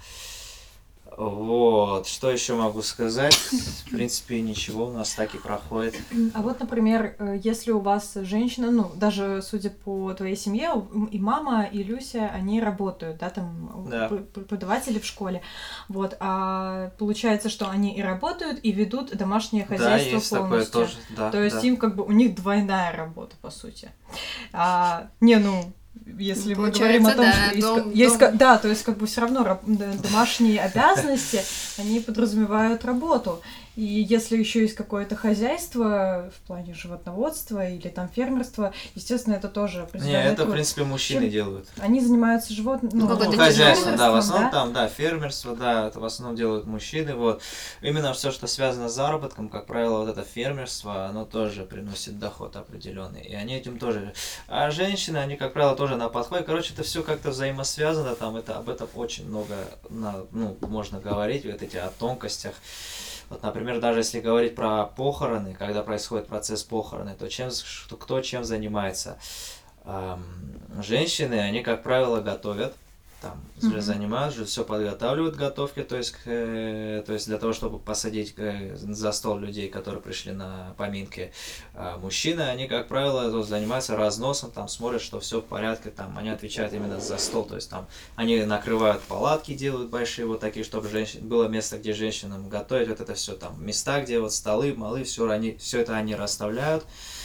Вот. Что еще могу сказать? В принципе, ничего у нас так и проходит. А вот, например, э, если у вас женщина, ну, даже судя по твоей семье, у- и мама, и Люся, они работают, да, там, Да. пр- преподаватели в школе, вот, а получается, что они и работают, и ведут домашнее Да, хозяйство есть такое полностью. тоже. Да, То есть да. им как бы, у них двойная работа, по сути. А, не, ну, если мы говорим о том, Получается, что да, есть, дом- ка- есть дом- ка- да, то есть как бы все равно раб- д- домашние обязанности, они подразумевают работу. И если еще есть какое-то хозяйство в плане животноводства или там фермерства, естественно, это тоже Не, определенный это, в труд. принципе, мужчины Чем- делают. Они занимаются животным, Ну, ну, какое-то Ну, хозяйство, да, в фермерством, основном да. там, да, фермерство, да, это в основном делают мужчины, вот. Именно все, что связано с заработком, как правило, вот это фермерство, оно тоже приносит доход определенный, и они этим тоже. А женщины, они, как правило, тоже на подходе. Короче, это все как-то взаимосвязано, там, это, об этом очень много, на- ну, можно говорить, вот эти о тонкостях. Вот, например, даже если говорить про похороны, когда происходит процесс похороны, то чем, что, кто чем занимается? Ам, женщины, они, как правило, готовят, там, Мгм. занимаются, все подготавливают к готовке, то есть, к, э, то есть для того, чтобы посадить э, за стол людей, которые пришли на поминки. А мужчины, они, как правило, то занимаются разносом, там, смотрят, что все в порядке, там, они отвечают именно за стол, то есть там они накрывают палатки, делают большие вот такие, чтобы женщин, было место, где женщинам готовить, вот это все там, места, где вот столы, малы, все, они, все это они расставляют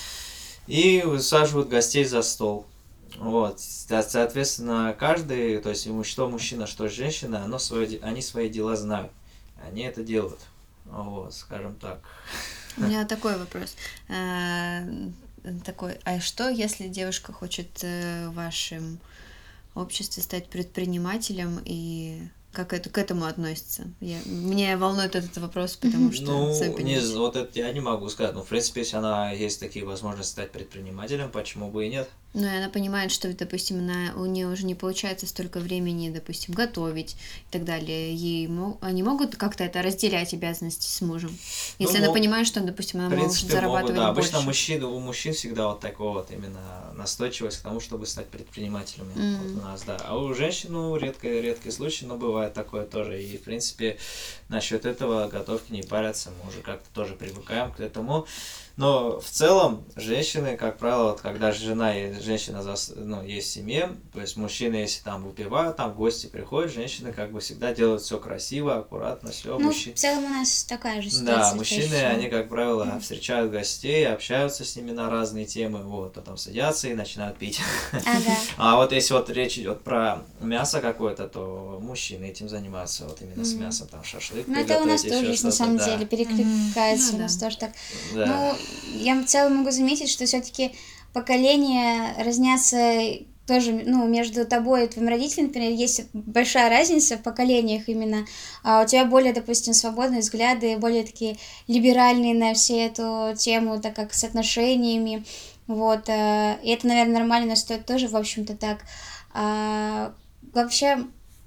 и высаживают гостей за стол. Вот, со- соответственно, каждый, то есть ему что мужчина, что женщина, оно свое, де- они свои дела знают, они это делают, вот, скажем так. У меня такой вопрос. А, Такой, а что, если девушка хочет э, в вашем обществе стать предпринимателем, и как это к этому относится? Я, меня волнует этот вопрос, потому что Ну, сами не, понимаете. з- вот это я не могу сказать, ну, в принципе, если она есть такие возможности стать предпринимателем, почему бы и нет? Ну, и она понимает, что, допустим, она, у нее уже не получается столько времени, допустим, готовить и так далее. Ей мо- они могут как-то это разделять обязанности с мужем? Ну, Если она мог- понимает, что, допустим, она В может принципе, могут, зарабатывать да. Обычно больше. мужчины, у мужчин всегда вот такое вот именно настойчивость к тому, чтобы стать предпринимателями. Мгм. Вот у нас, да. А у женщин, ну, редко, редкий случай, но бывает такое тоже. И, в принципе, насчет этого готовки не парятся. Мы уже как-то тоже привыкаем к этому. Но в целом женщины, как правило, вот когда жена и женщина зас- ну, есть в семье, то есть мужчины, если там выпивают, там в гости приходят, женщины как бы всегда делают все красиво, аккуратно, все. Ну, в целом у нас такая же ситуация. Да, чаще мужчины, всего. они, как правило, встречают гостей, общаются с ними на разные темы, вот, потом садятся и начинают пить. Ага. А вот если вот речь идет про мясо какое-то, то мужчины этим занимаются, вот именно с Мгм. мясом, там шашлык Ну, это у нас приготовить, тоже еще есть, на что-то, самом да. деле, перекликается, Ну у нас да. тоже так. Да. Ну, я в целом могу заметить, что все-таки поколения разнятся тоже, ну, между тобой и твоим родителем, например, есть большая разница в поколениях именно. А у тебя более, допустим, свободные взгляды, более такие либеральные на всю эту тему, так как с отношениями. Вот, э, и это, наверное, нормально, стоит тоже, в общем-то, так. А, вообще,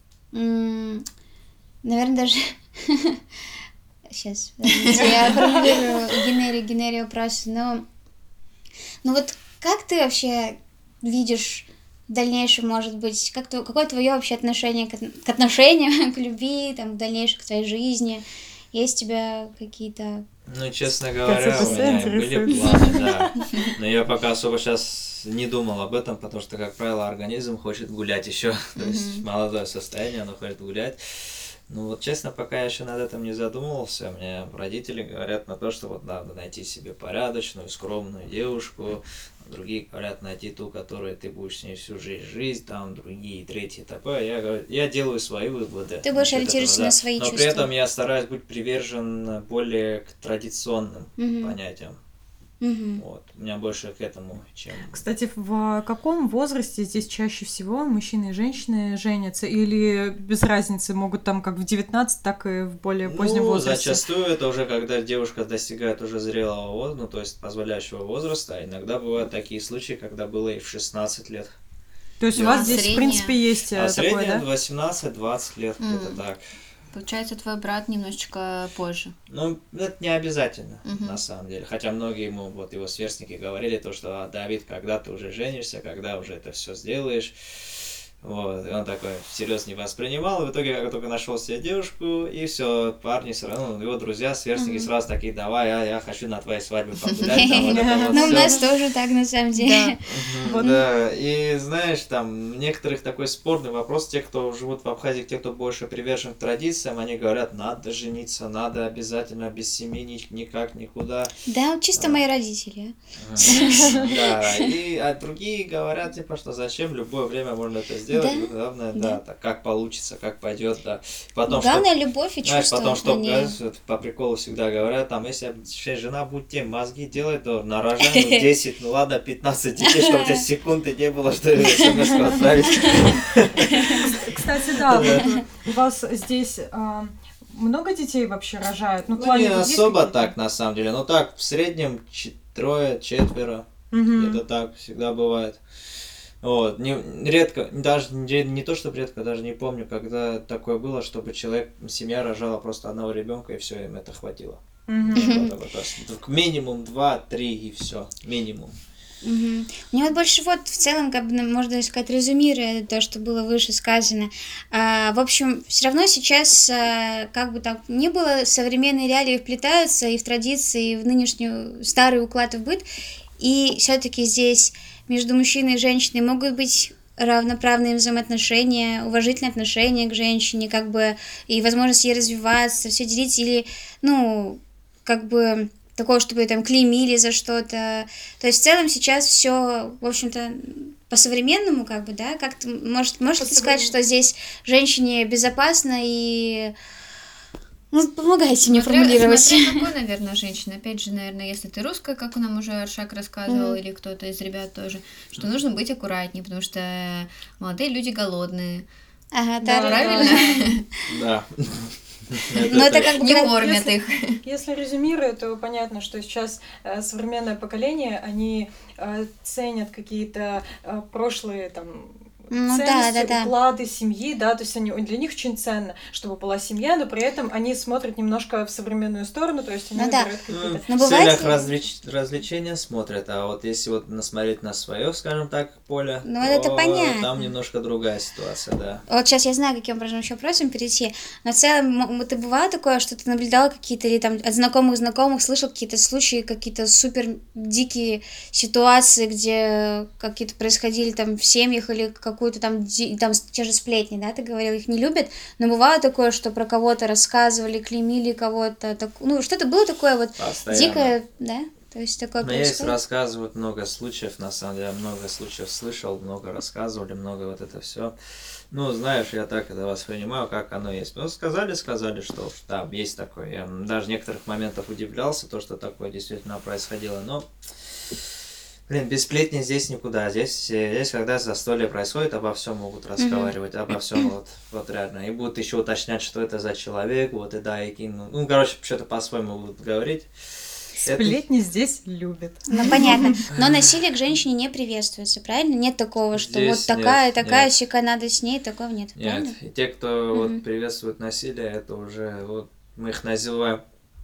м, наверное, даже... Сейчас, подождите, я формулирую генери, генери вопросы, но... Ну вот как ты вообще видишь в дальнейшем, может быть, как то, какое твое вообще отношение к, от- к отношениям, к любви, там, в дальнейшем, к твоей жизни? Есть у тебя какие-то... Ну, честно говоря, у ПЦ меня и были интересует. планы, да. Но я пока особо сейчас не думал об этом, потому что, как правило, организм хочет гулять еще. То есть молодое состояние, оно хочет гулять. Ну вот, честно, пока я еще над этим не задумывался, мне родители говорят на то, что вот надо найти себе порядочную, скромную девушку, другие говорят найти ту, которой ты будешь с ней всю жизнь жить, там другие, третьи, такое. Я говорю, я делаю свои выводы. Ты больше насчет этого, ориентируешься да. на свои Но чувства. при этом я стараюсь быть привержен более к традиционным Мгм. понятиям. Мгм. Вот. У меня больше к этому, чем... Кстати, в каком возрасте здесь чаще всего мужчины и женщины женятся? Или без разницы могут там как в девятнадцать, так и в более позднем Ну, возрасте? зачастую это уже когда девушка достигает уже зрелого возраста, ну, то есть позволяющего возраста. А иногда бывают такие случаи, когда было и в шестнадцать лет. То есть у Да, вас здесь, в средняя. принципе, есть э, А такое, средняя да? восемнадцать-двадцать лет, М. где-то так. Получается, твой брат немножечко позже. Ну, это не обязательно, Мгм. на самом деле. Хотя многие ему, вот его сверстники говорили то, что «А, Давид, когда ты уже женишься, когда уже это все сделаешь». Вот, и он такой всерьез не воспринимал, и в итоге, как только нашел себе девушку, и все, парни сразу, ну, его друзья, сверстники сразу такие, давай, а я хочу на твоей свадьбе погулять, там, вот это вот Ну, у всё. нас тоже так, на самом деле. Мгм, Вот. Да, и знаешь, там, у некоторых такой спорный вопрос, те, кто живут в Абхазии, те, кто больше привержен к традициям, они говорят, надо жениться, надо обязательно, без семьи ни- никак, никуда. Да, вот чисто мои родители. Мгм. Да, и а другие говорят, типа, что зачем, в любое время можно это сделать, Да, главное, да. да, так, как получится, как пойдет, да. Потом, Главное, что, любовь и знаешь, чувство. потом, что, а не- знаешь, вот по приколу всегда говорят, там, если вообще жена будет тебе мозги делать, то нарожай, ну, десять, ну ладно, пятнадцать детей, чтобы у тебя секунды не было, что смс отправить. Кстати, да, вот у вас здесь а, много детей вообще рожают? в Ну, плане не есть особо какие-то? так, на самом деле, но так, в среднем ч- трое, четверо. Мгм. Это так всегда бывает. Вот, не, редко, даже не, не то, что редко, даже не помню, когда такое было, чтобы человек, семья рожала просто одного ребенка, и все, им это хватило. Мгм. Вот, вот, то есть минимум два, три, и все, минимум. Мгм. Мне вот больше вот в целом, как бы, ну, можно сказать, резюмируя то, что было выше сказано. А, в общем, все равно сейчас, а, как бы так ни было, современные реалии вплетаются и в традиции, и в нынешнюю старый уклад в быт. И все-таки здесь между мужчиной и женщиной могут быть равноправные взаимоотношения, уважительные отношения к женщине, как бы, и возможность ей развиваться, все делить, или, ну, как бы, такого, чтобы там клеймили за что-то. То есть в целом сейчас все, в общем-то, по-современному, как бы, да, как-то, может, можете сказать, что здесь женщине безопасно и... Ну, помогайте мне Смотря- формулировать. смотря какой, наверное, женщина. Опять же, наверное, если ты русская, как нам уже Аршак рассказывал, Мгм. или кто-то из ребят тоже, что нужно быть аккуратнее, потому что молодые люди голодные. Ага, Да, да, правильно? Да. Ну, это как бы... Не как- кормят если- их. Если резюмируя, то понятно, что сейчас э, современное поколение, они э, ценят какие-то э, прошлые там Ну да, ценности, да, да. уклады семьи, да, то есть они, для них очень ценно, чтобы была семья, но при этом они смотрят немножко в современную сторону, то есть они Ну да. выбирают какие-то... Но В бывает- целях развлеч- развлечения смотрят, а вот если вот насмотреть на свое, скажем так, поле, Ну, то это понятно. там немножко другая ситуация, да. Вот сейчас я знаю, каким образом еще вопросом перейти, но в целом, м- ты бывало такое, что ты наблюдал какие-то, или там от знакомых знакомых слышал какие-то случаи, какие-то супер дикие ситуации, где какие-то происходили там в семьях, или какую-то там, ди- там с- те же сплетни, да, ты говорил, их не любят, но бывало такое, что про кого-то рассказывали, клеймили кого-то, так, ну, что-то было такое вот Постоянно. дикое, да, то есть такое Но есть происходит? рассказывают много случаев, на самом деле, много случаев слышал, много рассказывали, много вот это все. Ну, знаешь, я так это воспринимаю, как оно есть. Ну, сказали, сказали, что да, есть такое. Я даже некоторых моментов удивлялся, то, что такое действительно происходило, но... Блин, без сплетни здесь никуда. Здесь, э, здесь, когда застолье происходит, обо всем могут разговаривать, обо всем вот, вот реально. И будут еще уточнять, что это за человек, вот и да, и кину. Ну, короче, что-то по-своему будут говорить. Сплетни здесь любят. Ну, понятно. Но насилие к женщине не приветствуется, правильно? Нет такого, что Здесь вот такая, нет, такая, нет. сика, надо с ней, такого нет, Нет, правильно? и те, кто Мгм. вот приветствует насилие, это уже, вот мы их называем,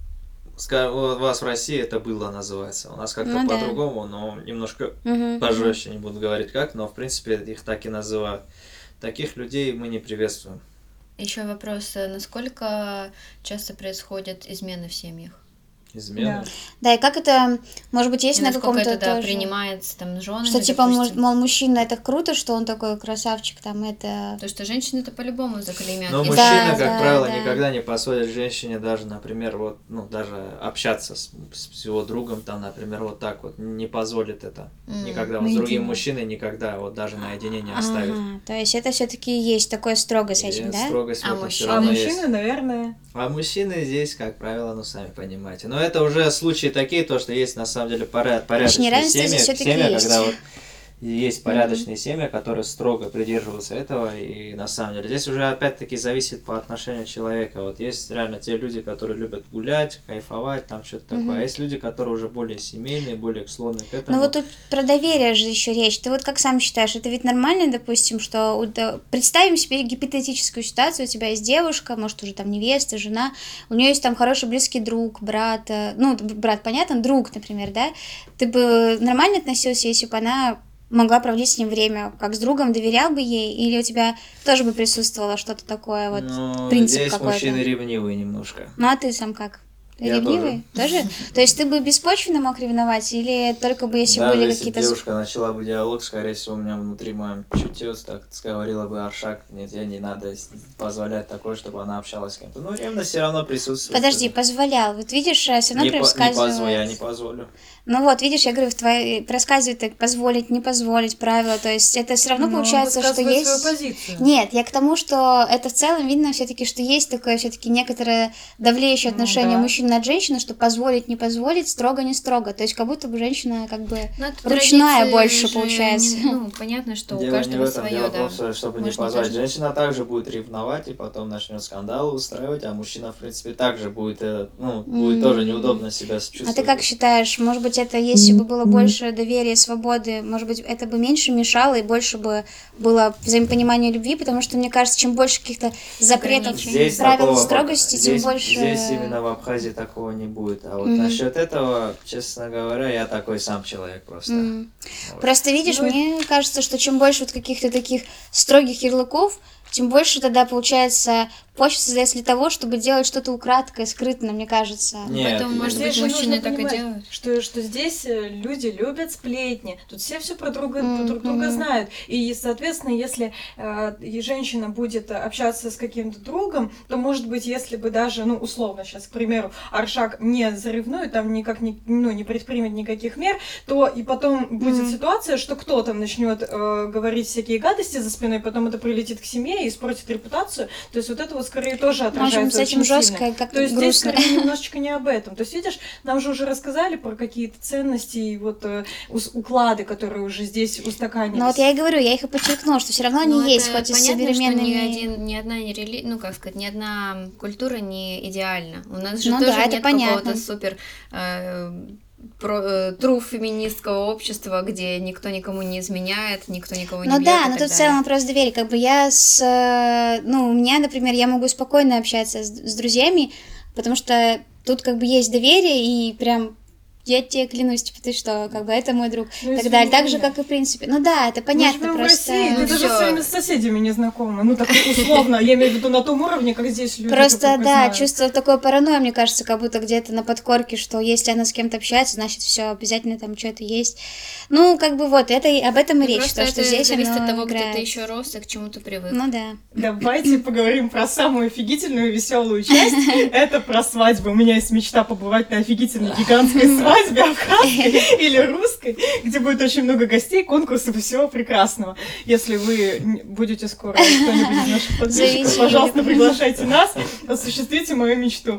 скажем, вот у вас в России это было называется, у нас как-то Ну да. по-другому, но немножко Мгм, пожестче, не буду говорить как, но в принципе их так и называют. Таких людей мы не приветствуем. Еще вопрос, э, насколько часто происходят измены в семьях? Измены. Да. Да, и как это, может быть, есть И на насколько каком-то это, да, тоже... принимается там женами, Что типа, мол, допустим? мол, мужчина это круто, что он такой красавчик, там это... То, что женщины это по-любому заклеймят. Но Если- мужчина, Да, как да, правило, да. никогда не позволит женщине даже, например, вот, ну, даже общаться с, с его другом, там, например, вот так вот, не позволит это. М. Никогда. Вот с другим Наедине. мужчиной никогда вот даже наедине не оставит. Ага, то есть это все-таки есть такое строго с И этим, да? строгость в А этом всё мужчины? А равно мужчины, есть. наверное, А мужчины здесь, как правило, ну, сами понимаете. Но это уже случаи такие, то, что есть, на самом деле, поряд, порядочные неравенство семьи, здесь всё-таки семьи, есть. когда вот есть порядочные семьи, которые строго придерживаются этого, и на самом деле здесь уже опять-таки зависит по отношению человека. Вот есть реально те люди, которые любят гулять, кайфовать, там что-то такое, Мгм. а есть люди, которые уже более семейные, более склонны к этому. Ну вот тут про доверие же еще речь. Ты вот как сам считаешь, это ведь нормально, допустим, что у- да, представим себе гипотетическую ситуацию, у тебя есть девушка, может уже там невеста, жена, у нее есть там хороший близкий друг, брат, э, ну д- брат, понятно, друг, например, да? Ты бы нормально относился, если бы она могла проводить с ним время, как с другом, доверял бы ей, или у тебя тоже бы присутствовало что-то такое, вот, Ну, принцип здесь какой-то? мужчины ревнивые немножко. Ну а ты сам как? Ты Я ревнивый? Тоже? То есть ты бы беспочвенно мог ревновать, или только бы если Даже были если какие-то... девушка начала бы диалог, скорее всего, у меня внутри моем чутье так говорила бы Аршак, нет, я не надо с- позволять такое, чтобы она общалась с кем-то. Но ревность все равно присутствует. Подожди, Это- позволял. Вот видишь, все равно не, по- не проскальзывает. позволю, я не позволю. Ну вот, видишь, я говорю, в твоей проскальзывает так позволить, не позволить правила. То есть это все равно но он получается, что высказывает есть. свою позицию. Нет, я к тому, что это в целом видно все-таки, что есть такое все-таки некоторое давлеющее Ну отношение да. мужчин над женщиной, что позволить, не позволить, строго, не строго. То есть как будто бы женщина как бы Ну, это ручная традиции больше же получается. не- ну, понятно, что у Дело не в каждого этом, свое, дело да. в том, чтобы не Может, не позволить. каждый. Женщина также будет ревновать, и потом начнет скандалы устраивать, а мужчина, в принципе, также будет, э, ну, будет М. тоже неудобно себя чувствовать. А ты как считаешь, может быть, это если бы было больше доверия, свободы, может быть, это бы меньше мешало и больше бы было взаимопонимания любви, потому что, мне кажется, чем больше каких-то запретов, Ограничений. Здесь правил, такого, строгости, тем здесь, больше... Здесь именно в Абхазии такого не будет. А вот Мгм. насчет этого, честно говоря, я такой сам человек просто. М. Вот. Просто видишь, Ну и- мне кажется, что чем больше вот каких-то таких строгих ярлыков, тем больше тогда получается почва создается для того, чтобы делать что-то украдкое, скрытно, мне кажется. Нет, Поэтому, может Здесь быть, же мужчины нужно так и понимать, делают. Что, что здесь э, люди любят сплетни. Тут все все про друга, Мгм. друг друга знают. И, соответственно, если э, и женщина будет общаться с каким-то другом, то, может быть, если бы даже, ну, условно сейчас, к примеру, Аршак не заревнует, там никак не, ну, не предпримет никаких мер, то и потом будет Мгм. ситуация, что кто-то начнет э, говорить всякие гадости за спиной, потом это прилетит к семье и испортит репутацию. То есть вот это вот скорее тоже В общем, отражается с этим очень сильно. жестко и То как-то есть здесь грустно. скорее немножечко не об этом. То есть, видишь, нам же уже рассказали про какие-то ценности и вот э, ус- уклады, которые уже здесь устаканились. Ну вот я и говорю, я их и подчеркнула, что все равно они Ну, есть, это хоть и с понятно, что современными... ни, один, ни одна не рели... ну, как сказать, ни одна культура не идеальна. У нас же Ну тоже да, это нет понятно. какого-то супер э, про, э, тру феминистского общества, где никто никому не изменяет, никто никого не Ну бьет да, и но так тут в далее. целом вопрос доверия. Как бы я с... э, Ну, у меня, например, я могу спокойно общаться с, с друзьями, потому что тут как бы есть доверие, и прям я тебе клянусь, типа, ты что, как бы это мой друг, Ну, и так извини далее. Так же, меня. как и в принципе. Ну да, это Мы понятно, живем просто... в России, ты Ну, даже всё. с своими соседями не знакома. Ну, так условно, я имею в виду на том уровне, как здесь люди Просто, друг друга да, знают. чувство такой паранойи, мне кажется, как будто где-то на подкорке, что если она с кем-то общается, значит, все обязательно там что-то есть. Ну, как бы вот, это и- об этом и Ну, речь, просто то, что это здесь зависит оно от того, где играет. ты еще рос и к чему ты привык. Ну да. Давайте поговорим про самую офигительную и веселую часть. Это про свадьбы. У меня есть мечта побывать на офигительной гигантской свадьбе абхазской или русской, где будет очень много гостей, конкурсов и всего прекрасного. Если вы н- будете скоро кто-нибудь из наших подписчиков, Зовите пожалуйста, Юлю. приглашайте нас, осуществите мою мечту.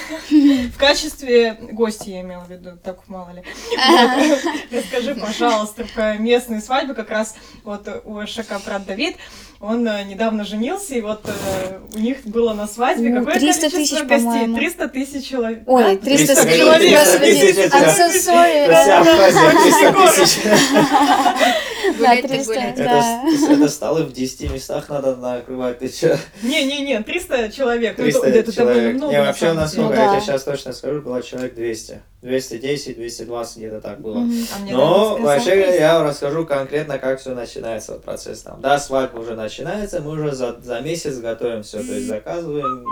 В качестве гостя я имела в виду, так мало ли. Вот. Расскажи, пожалуйста, про местные свадьбы. Как раз вот у Аршака брат Давид, Он э, недавно женился, и вот э, у них было на свадьбе Ну, какое триста количество тысяч, гостей? по-моему. триста тысяч человек. Ой, Да? триста триста человек, господи, тысяч, I'm so sorry. Это вся Абхазия, триста тысяч. Да, Гулять-то триста, гулять. да. Это, это столы в десяти местах надо накрывать, ты чё? Не-не-не, триста человек. Ну, триста это, это довольно человек. много. Не, на вообще у самом нас деле. сколько, Ну я да. тебе сейчас точно скажу, было человек двести. двести десять, двести двадцать где-то так было. Мгм. А мне Но даже сказали, вообще я вам расскажу конкретно, как все начинается, вот процесс там. Да, свадьба уже начинается, мы уже за, за месяц готовим все, то есть заказываем,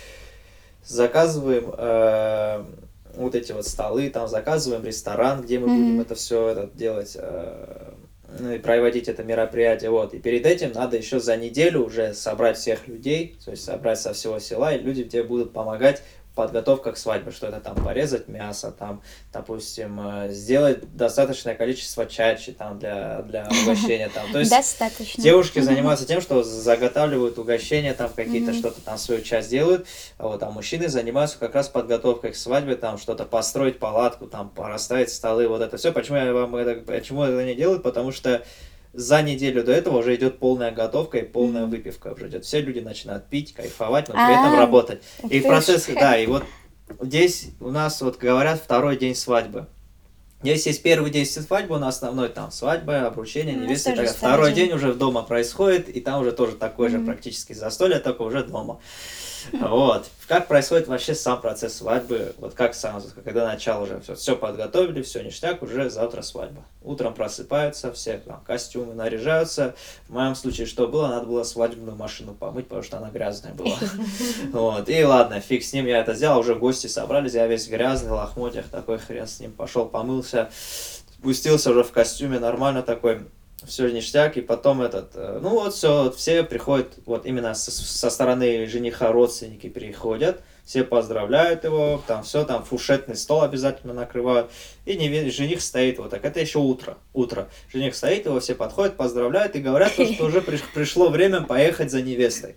заказываем э, вот эти вот столы, там заказываем ресторан, где мы Мгм. будем это все это делать, э, ну, и проводить это мероприятие, вот. И перед этим надо еще за неделю уже собрать всех людей, то есть собрать со всего села, и люди тебе будут помогать подготовка к свадьбе, что это там порезать мясо, там, допустим, э, сделать достаточное количество чачи там для, для угощения там. То есть Достаточно. девушки занимаются тем, что заготавливают угощения, там какие-то Мгм. что-то там свою часть делают, а вот а мужчины занимаются как раз подготовкой к свадьбе, там что-то построить палатку, там порасставить столы, вот это все. Почему я вам это, почему это не делают? Потому что за неделю до этого уже идет полная готовка и полная Мгм. выпивка уже идет. Все люди начинают пить, кайфовать, но при этом А, работать. ух И в ты процессе, ж. да, и вот здесь у нас вот говорят второй день свадьбы. Здесь есть первый день свадьбы, у нас основной там свадьба, обручение, У нас невесты. и тоже так далее. второй Второй день. день уже дома происходит, и там уже тоже такое же Мгм. практически застолье, только уже дома. Вот. Как происходит вообще сам процесс свадьбы, вот как сам, когда начало уже все, все подготовили, все ништяк, уже завтра свадьба. Утром просыпаются, все там, костюмы наряжаются. В моем случае что было? Надо было свадебную машину помыть, потому что она грязная была. Вот. И ладно, фиг с ним, я это сделал, уже гости собрались, я весь грязный, в лохмотьях, такой хрен с ним, пошел, помылся, спустился уже в костюме, нормально такой. Все ништяк, и потом этот, э, ну вот все, вот все приходят, вот именно со, со стороны жениха родственники приходят, все поздравляют его, там все, там фуршетный стол обязательно накрывают, и неве- жених стоит вот так, это еще утро, утро, жених стоит, его все подходят, поздравляют и говорят, то, что уже приш- пришло время поехать за невестой.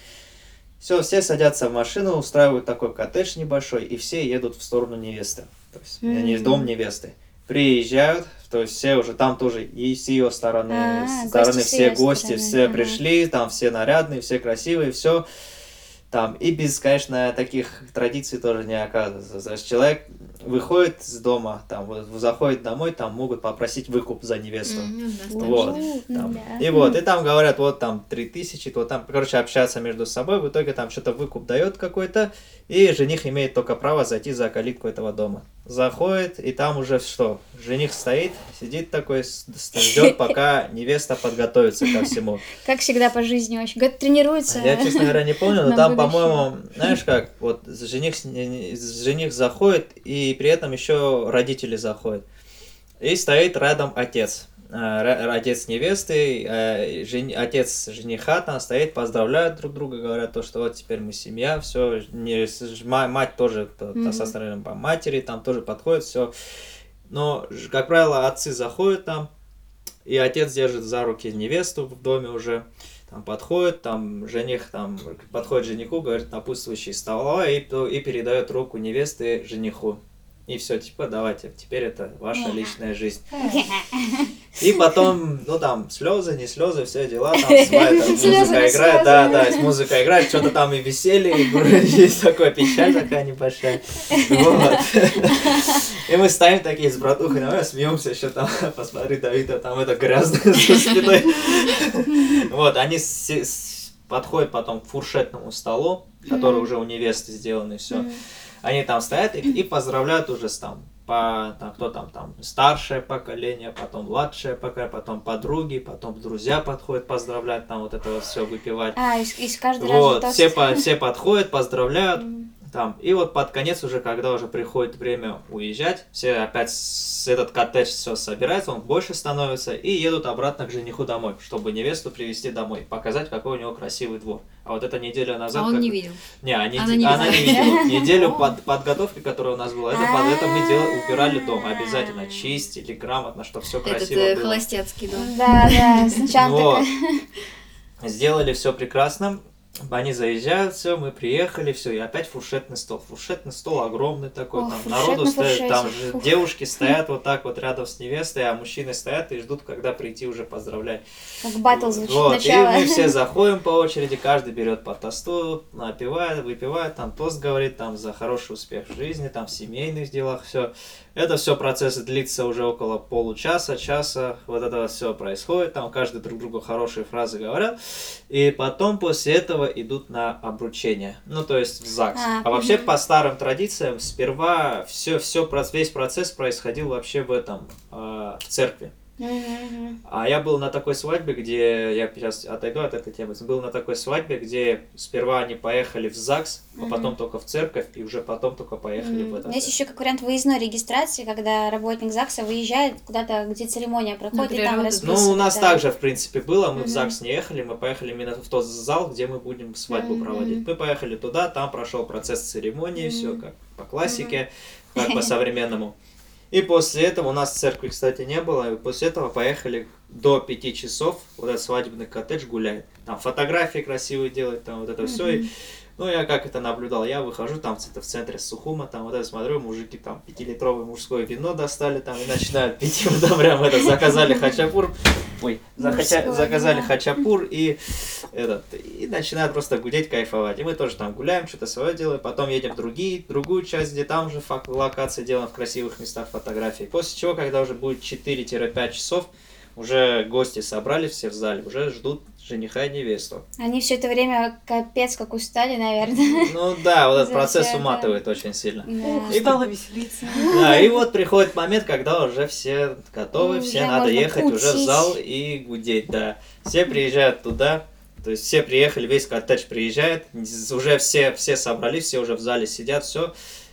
Все, все садятся в машину, устраивают такой коттедж небольшой, и все едут в сторону невесты, то есть не дом невесты. Приезжают, то есть все уже там тоже и с ее стороны, А, с гости стороны с все её гости, стороны, все ага. пришли, там все нарядные, все красивые, все. Там и без, конечно, таких традиций тоже не оказывается. То есть человек выходит из дома, там вот заходит домой, там могут попросить выкуп за невесту. М, ну да, Вот. страшно. Там. Да. И вот, и там говорят, вот там три тысячи, то там, короче, общаются между собой, в итоге там что-то выкуп дает какой-то, и жених имеет только право зайти за калитку этого дома. Заходит, и там уже что? Жених стоит, сидит такой, с- с- ждет, пока невеста подготовится ко всему. Как всегда по жизни очень. Говорит, тренируется. Я, честно говоря, не помню, но На там, будущее. по-моему, знаешь как, вот жених, с- не- не- жених заходит, и при этом еще родители заходят. И стоит рядом отец. А, ра- Отец невесты, э, жени- отец жениха там стоит, поздравляют друг друга, говорят то, что вот теперь мы семья, все, не, с- ма- мать тоже то- то Мгм. со стороны по матери там тоже подходит, все. Но, ж- как правило, отцы заходят там, и отец держит за руки невесту в доме уже, там подходит, там жених там подходит к жениху, говорит напутствующие слова и, то- и передает руку невесты жениху. И все, типа, давайте, теперь это ваша личная жизнь. И потом, ну там, слезы, не слезы, все дела, там свадьба, там Слезы, музыка не играет, слезы. да, да, музыка играет, что-то там и веселье, и есть такая печаль такая небольшая. Вот. И мы стоим такие с братухой, давай смеемся еще там, посмотри, Давида, там это грязно за спиной. Вот, они с- с- подходят потом к фуршетному столу, который уже у невесты сделан, и все. Они там стоят и, и поздравляют уже с там, по, там, кто там, там, старшее поколение, потом младшее поколение, потом подруги, потом друзья подходят поздравлять, там вот это вот все выпивать. А, из, из каждый раз Вот, тост. все, по, все подходят, поздравляют, Мгм. там, и вот под конец уже, когда уже приходит время уезжать, все опять с этот коттедж все собирается, он больше становится, и едут обратно к жениху домой, чтобы невесту привезти домой, показать, какой у него красивый двор. А вот эта неделя назад... А он как не бы- видел. Не, они, Она она не не, она не видела. видела. Неделю под, подготовки, которая у нас была, это, под это мы дел- убирали дом. Обязательно чистили грамотно, чтобы все Этот красиво э, было. холостяцкий дом. Да, да, сначала Вот. такая. Сделали все прекрасно. Они заезжают, все, мы приехали, все, и опять фуршетный стол. Фуршетный стол огромный такой, Ох, там фуршет народу на стоит, фуршете. там же Фух. девушки стоят вот так вот рядом с невестой, а мужчины стоят и ждут, когда прийти уже поздравлять. Как батл звучит Вот, начало. и мы все заходим по очереди, каждый берет по тосту, напивает, выпивает, там тост говорит, там за хороший успех в жизни, там в семейных делах, все. Это все процесс длится уже около получаса, часа, вот это все происходит, там каждый друг другу хорошие фразы говорят, и потом после этого идут на обручение, ну то есть в ЗАГС. А, А, вообще мгм. по старым традициям сперва все, все, весь процесс происходил вообще в этом, э, в церкви. Мгм. А я был на такой свадьбе, где, я сейчас отойду от этой темы, был на такой свадьбе, где сперва они поехали в ЗАГС, а Мгм. потом только в церковь, и уже потом только поехали в М. этот. Есть еще как вариант выездной регистрации, когда работник ЗАГСа выезжает куда-то, где церемония проходит, и там природу. расписывает. Ну, у нас да. также, в принципе, было, мы в Мгм. ЗАГС не ехали, мы поехали именно в тот зал, где мы будем свадьбу Мгм. проводить. Мы поехали туда, там прошел процесс церемонии, все Мгм. как по классике, как по современному. И после этого, у нас церкви, кстати, не было, и после этого поехали до пяти часов, вот этот свадебный коттедж гуляет. Там фотографии красивые делать, там вот это все. И, ну, я как это наблюдал, я выхожу, там это в центре Сухума, там вот это смотрю, мужики там пятилитровое мужское вино достали, там и начинают пить, вот там прям это, заказали хачапур, ой, захача- Мужское заказали вино. хачапур и этот, и начинают просто гудеть, кайфовать. И мы тоже там гуляем, что-то свое делаем, потом едем в другие, другую часть, где там же фак- локации делаем в красивых местах фотографии. После чего, когда уже будет четыре-пять часов, уже гости собрались все в зале, уже ждут жениха и невесту. Они все это время капец как устали, наверное. Ну да, вот этот За процесс всё это. уматывает очень сильно. Ух, Да. И- стало веселиться. Да, и вот приходит момент, когда уже все готовы, Уже все надо можно ехать уже в кутить. зал и гудеть, да. Все приезжают туда, то есть все приехали, весь коттедж приезжает, уже все, все собрались, все уже в зале сидят, все,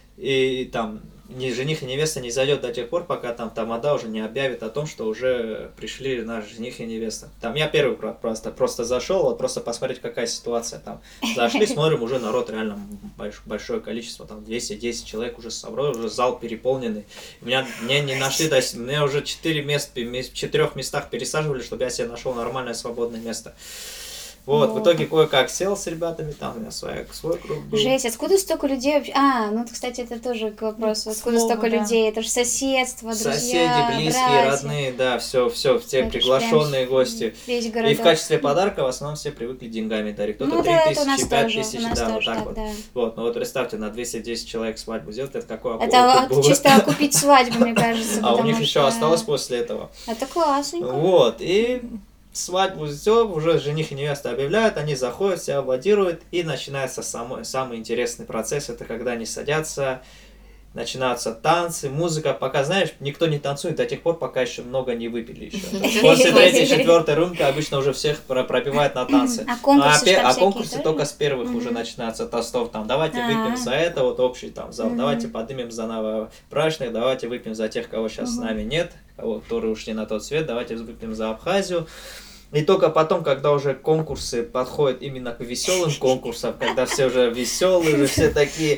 и там ни жених и невеста не зайдет до тех пор, пока там тамада уже не объявит о том, что уже пришли наш жених и невеста. Там я первый про- просто, просто зашел, вот просто посмотреть, какая ситуация там. Зашли, смотрим, уже народ реально больш- большое количество, там двести десять человек уже собрал, уже зал переполненный. У меня мне не нашли, то есть мне уже четыре места, в четырех местах пересаживали, чтобы я себе нашел нормальное свободное место. Вот, в Вот. итоге кое-как сел с ребятами, там у меня свой, свой круг был. Жесть, откуда столько людей вообще? А, ну, кстати, это тоже к вопросу. Откуда Слово, столько да. людей? Это же соседство, друзья, Соседи, близкие, братья. родные, да, все, все, все Это ж приглашенные прям гости. Весь И городок. в качестве подарка в основном все привыкли деньгами дарить. Кто-то Ну, три да, это у нас тысячи, пять тоже, у тысяч, нас да, вот тоже так так, вот. да. Вот, ну вот представьте, на двести десять человек свадьбу сделать, это какой окуп Это был. чисто окупить свадьбу, мне кажется. А у потому них еще что осталось после этого. Это классненько. Вот, и свадьбу все, уже жених и невеста объявляют, они заходят, все аплодируют, и начинается самый, самый интересный процесс, это когда они садятся, начинаются танцы, музыка, пока, знаешь, никто не танцует до тех пор, пока еще много не выпили еще. То есть После третьей, четвертой рюмки обычно уже всех про- пробивают на танцы. А конкурсы пе- там а всякие конкурсы тоже? только с первых Мгм. уже начинаются тостов, там, давайте А. выпьем за это, вот общий там зал, Мгм. давайте поднимем за новобрачных, давайте выпьем за тех, кого сейчас с Мгм. нами нет, кого, которые ушли на тот свет, давайте выпьем за Абхазию. И только потом, когда уже конкурсы подходят именно к веселым конкурсам, когда все уже веселые, уже все такие,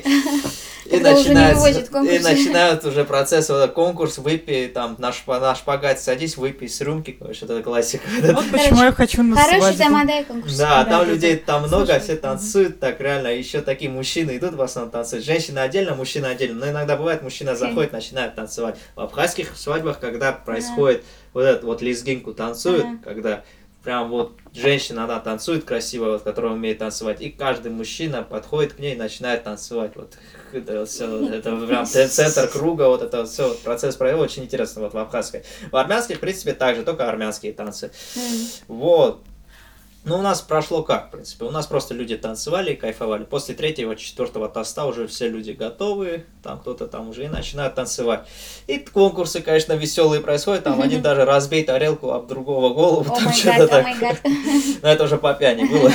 и Когда уже не начинается, выводят и конкурсы. начинают уже процесс, вот этот конкурс, выпей, там, на, шпа- на шпагат садись, выпей с рюмки, короче, это классика. Вот почему я хочу на Хороший свадьбу. тамадай конкурс. Да, Да, там да, людей да. там много, Слушай, все мгм. танцуют так реально, еще такие мужчины идут в основном танцуют, женщины отдельно, мужчины отдельно, но иногда бывает, мужчина заходит, начинает танцевать. В абхазских свадьбах, когда происходит вот этот вот лезгинку танцуют, Ага. когда прям вот женщина, она танцует красиво, вот, которая умеет танцевать, и каждый мужчина подходит к ней и начинает танцевать, вот, это все, это прям ц- центр круга, вот это все, процесс происходит, очень интересно вот в абхазской. В армянской, в принципе, также, только армянские танцы. М. Вот. Ну, у нас прошло как, в принципе? У нас просто люди танцевали и кайфовали. После третьего, четвертого тоста уже все люди готовы, там кто-то там уже и начинает танцевать. И конкурсы, конечно, веселые происходят, там один даже разбей тарелку об другого голову, О там май что-то гад, о так. май гад. Но это уже по пьяни было.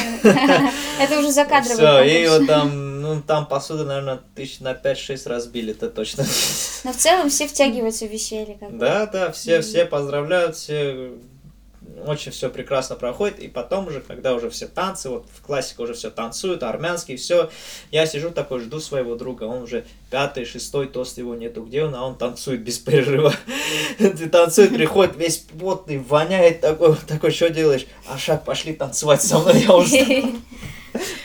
Это уже закадровый Все, и конкурс. вот там, ну, там посуды, наверное, тысяч на пять-шесть разбили, это точно. Но в целом все втягиваются в веселье. как бы. Да, да, все, все поздравляют, все очень все прекрасно проходит, и потом уже, когда уже все танцы, вот в классике уже все танцуют, армянский, все, я сижу такой, жду своего друга, он уже пятый, шестой тост его нету, где он, а он танцует без перерыва, ты танцует, приходит весь потный, воняет такой, такой, что делаешь, а шаг, пошли танцевать со мной, я устал.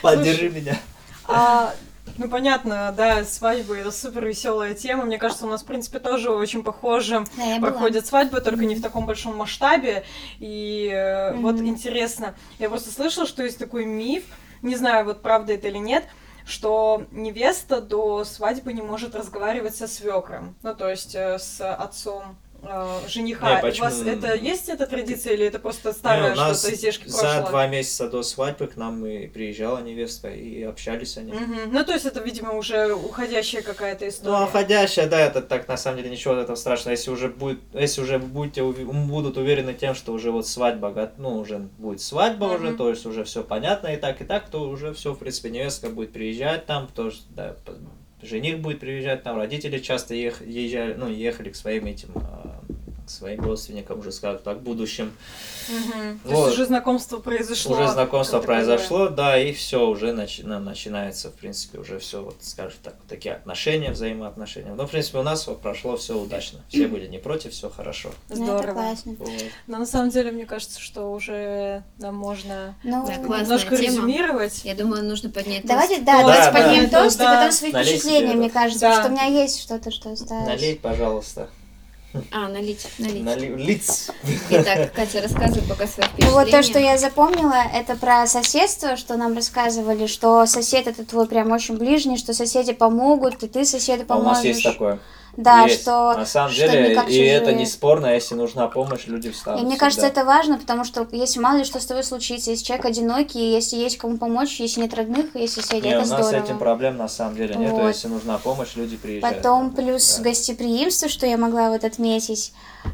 Поддержи меня. А, ну, понятно, да, свадьбы — это супер веселая тема. Мне кажется, у нас, в принципе, тоже очень похоже Да, я была. проходят свадьбы, только не в таком большом масштабе. И э, Мгм. вот интересно, я просто слышала, что есть такой миф, не знаю, вот правда это или нет, что невеста до свадьбы не может разговаривать со свекром, ну, то есть э, с отцом э, жениха. Не, У почему? вас это есть эта традиция или это просто старое Не, у нас что-то из дешки за прошлого? два месяца до свадьбы к нам и приезжала невеста, и общались они. Мгм. Ну, то есть это, видимо, уже уходящая какая-то история. Ну, уходящая, да, это так, на самом деле, ничего этого страшного. Если уже будет, если уже будете, уви- будут уверены тем, что уже вот свадьба, го- ну, уже будет свадьба уже, Мгм. то есть уже все понятно и так, и так, то уже все, в принципе, невестка будет приезжать там, тоже, да, п- жених будет приезжать там, родители часто ех, езжали, ну, ехали к своим этим, а, к своим родственникам, уже, скажем так, будущим. Мгм. То Вот. есть уже знакомство произошло. Уже знакомство как таковое. произошло, да, и все, уже начи- на- начинается, в принципе, уже все, вот, скажем так, вот такие отношения, взаимоотношения. Но, в принципе, у нас вот прошло все удачно. Все были не против, все хорошо. Ну, это Здорово. классно. Вот. Но на самом деле, мне кажется, что уже нам можно Ну, Да, классно. немножко Классная тема. резюмировать. Я думаю, нужно поднять давайте, тост. да, Да, давайте да. поднимем Да, тост, и да. потом свои Налейте впечатления, себе мне это. кажется, Да. что у меня есть что-то, что осталось. Налей, пожалуйста. А, налить, налить. Налей. Лиц. Итак, Катя, рассказывай пока свои Ну впечатления. вот то, что я запомнила, это про соседство, что нам рассказывали, что сосед это твой прям очень ближний, что соседи помогут, и ты соседу А у поможешь. нас есть такое. Да, Есть. что, На самом что деле, не как и это чужие. не спорно, если нужна помощь, люди встанут. И мне всегда. кажется, это важно, потому что если мало ли что с тобой случится, если человек одинокий, если есть кому помочь, если нет родных, есть соседи, Не, это у нас с здорово. этим проблем на самом деле нет, Вот. если нужна помощь, люди приезжают. Потом там, плюс да. гостеприимство, что я могла вот отметить,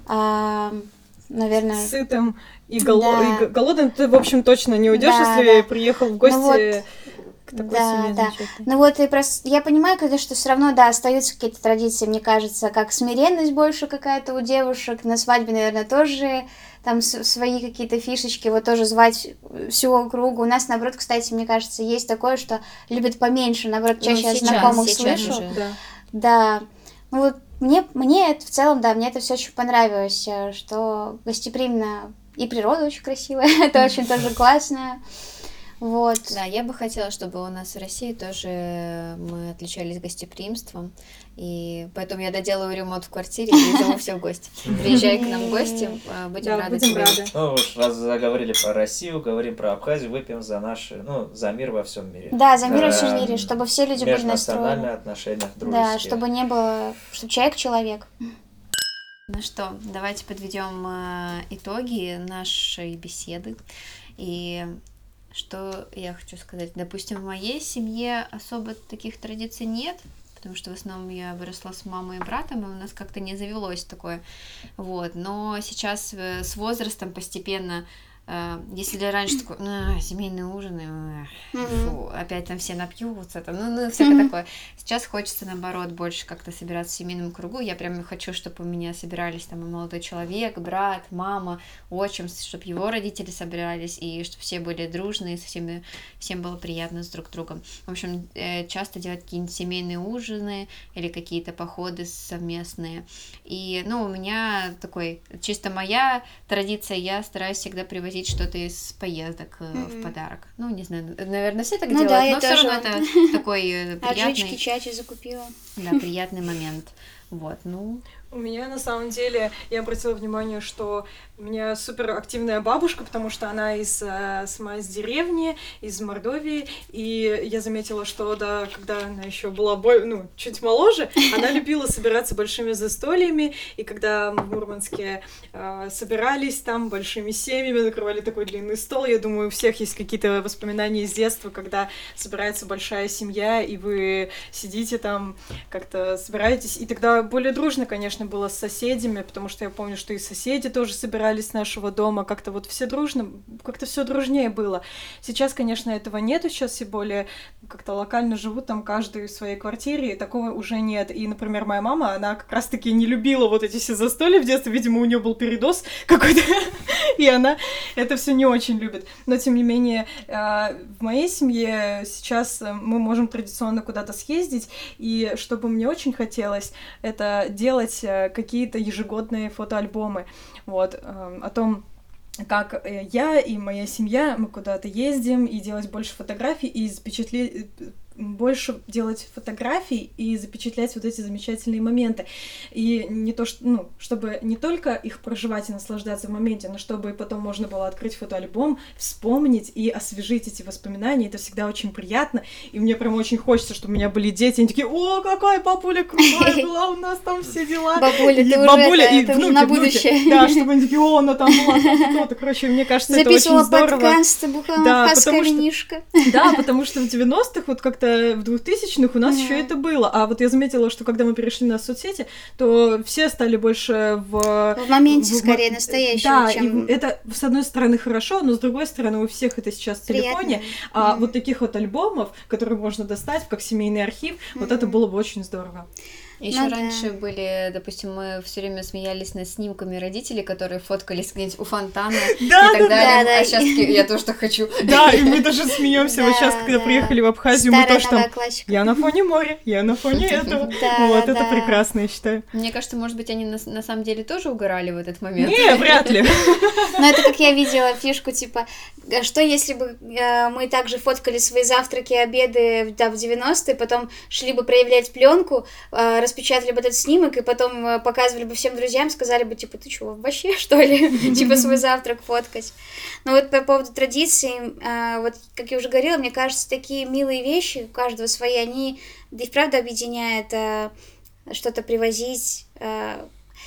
а, наверное. Сытым и, голо- Да. и г- голодным ты, в общем, точно не уйдешь, Да, если да. приехал в гости Ну вот, к такой да, семье да. замечательной. Ну вот и просто я понимаю, когда что все равно, да, остаются какие-то традиции, мне кажется, как смиренность больше какая-то у девушек, на свадьбе, наверное, тоже там с- свои какие-то фишечки, вот тоже звать всю округу. У нас, наоборот, кстати, мне кажется, есть такое, что любят поменьше, наоборот, Ну, чаще я сейчас, знакомых сейчас слышу. уже. Да. Да, ну вот мне, мне это в целом, да, мне это все очень понравилось, э, что гостеприимно и природа очень красивая, это очень тоже классно. Вот. Да, я бы хотела, чтобы у нас в России тоже мы отличались гостеприимством. И поэтому я доделаю ремонт в квартире и зову всех в гости. Приезжай к нам в гости, э, будем Да, рады будем тебе. рады. Ну, уж раз заговорили про Россию, говорим про Абхазию, выпьем за наши, ну, за мир во всем мире. Да, за мир во За всем мире, чтобы все люди были межнациональные настроены. отношения, Да, дружеские. чтобы не было, чтобы человек человек. Ну что, давайте подведем э, итоги нашей беседы. И что я хочу сказать? Допустим, в моей семье особо таких традиций нет, потому что в основном я выросла с мамой и братом, и у нас как-то не завелось такое. Вот. Но сейчас э, с возрастом постепенно, э, если раньше такой, «А, семейные ужины, эх, фу, опять там все напьются, там, ну, ну, всякое такое. Сейчас хочется, наоборот, больше как-то собираться в семейном кругу. Я прям хочу, чтобы у меня собирались там и молодой человек, брат, мама, отчим, чтобы его родители собирались, и чтобы все были дружные, со всеми, всем было приятно с друг другом. В общем, э, часто делать какие-нибудь семейные ужины или какие-то походы совместные. И, ну, у меня такой, чисто моя традиция, я стараюсь всегда привозить что-то из поездок э, в Мгм. подарок. Ну, не знаю, наверное, все так Ну делают, да, я но все тоже. равно это такой э, Аджички, приятный, чачи закупила. да, приятный момент. Вот, ну, У меня на самом деле, я обратила внимание, что у меня супер активная бабушка, потому что она из, э, сама из деревни, из Мордовии, и я заметила, что да, когда она еще была бо- ну, чуть моложе, она любила собираться большими застольями, и когда мы в Мурманске э, собирались там большими семьями, накрывали такой длинный стол, я думаю, у всех есть какие-то воспоминания из детства, когда собирается большая семья, и вы сидите там, как-то собираетесь, и тогда более дружно, конечно, было с соседями, потому что я помню, что и соседи тоже собирались с нашего дома, как-то вот все дружно, как-то все дружнее было. Сейчас, конечно, этого нету, сейчас все более как-то локально живут там каждый в своей квартире, и такого уже нет. И, например, моя мама, она как раз-таки не любила вот эти все застолья в детстве, видимо, у нее был передоз какой-то, и она это все не очень любит. Но, тем не менее, в моей семье сейчас мы можем традиционно куда-то съездить, и что бы мне очень хотелось, это делать какие-то ежегодные фотоальбомы, вот, о том, как э, я и моя семья, мы куда-то ездим, и делать больше фотографий, и запечатлеть, больше делать фотографий и запечатлять вот эти замечательные моменты. И не то, что, ну, чтобы не только их проживать и наслаждаться в моменте, но чтобы потом можно было открыть фотоальбом, вспомнить и освежить эти воспоминания. Это всегда очень приятно. И мне прям очень хочется, чтобы у меня были дети. Они такие: о, какая бабуля крутая была, у нас там все дела. Бабуля, И ты бабуля, уже, и это, это уже внуки, на внуки. будущее. Да, чтобы они такие: о, она там была, то-то, то-то. Короче, мне кажется, это очень Записывала здорово. подкасты, бухала Да, абхазская потому что- винишко. Да, потому что в девяностых, вот как-то в двухтысячных у нас Мгм. еще это было. А вот я заметила, что когда мы перешли на соцсети, то все стали больше в... В моменте, в- скорее, в- настоящего, Да, чем и это, с одной стороны, хорошо, но с другой стороны, у всех это сейчас в телефоне. приятно. А Мгм. вот таких вот альбомов, которые можно достать, как семейный архив, вот это Мгм. было бы очень здорово. Еще Ну да. раньше были, допустим, мы все время смеялись над снимками родителей, которые фоткались где-нибудь у фонтана и Да, так да, далее. да. А сейчас я тоже так хочу. да, и мы даже смеемся. Вот сейчас, Да, когда да. приехали в Абхазию, мы Старая тоже там... новая классика. Я на фоне моря, я на фоне этого. Да, Вот, да, это да. прекрасно, я считаю. Мне кажется, может быть, они на, на самом деле тоже угорали в этот момент. Не, вряд ли. Но это как я видела фишку, типа, э, что если бы э, мы также фоткали свои завтраки, обеды да, в девяностые, потом шли бы проявлять пленку, э, распечатали бы этот снимок и потом э, показывали бы всем друзьям, сказали бы, типа, ты чего, вообще, что ли? Типа, свой завтрак фоткать. Но вот по поводу традиций, э, вот, как я уже говорила, мне кажется, такие милые вещи, у каждого свои, они, да и вправду объединяют э, что-то привозить, э,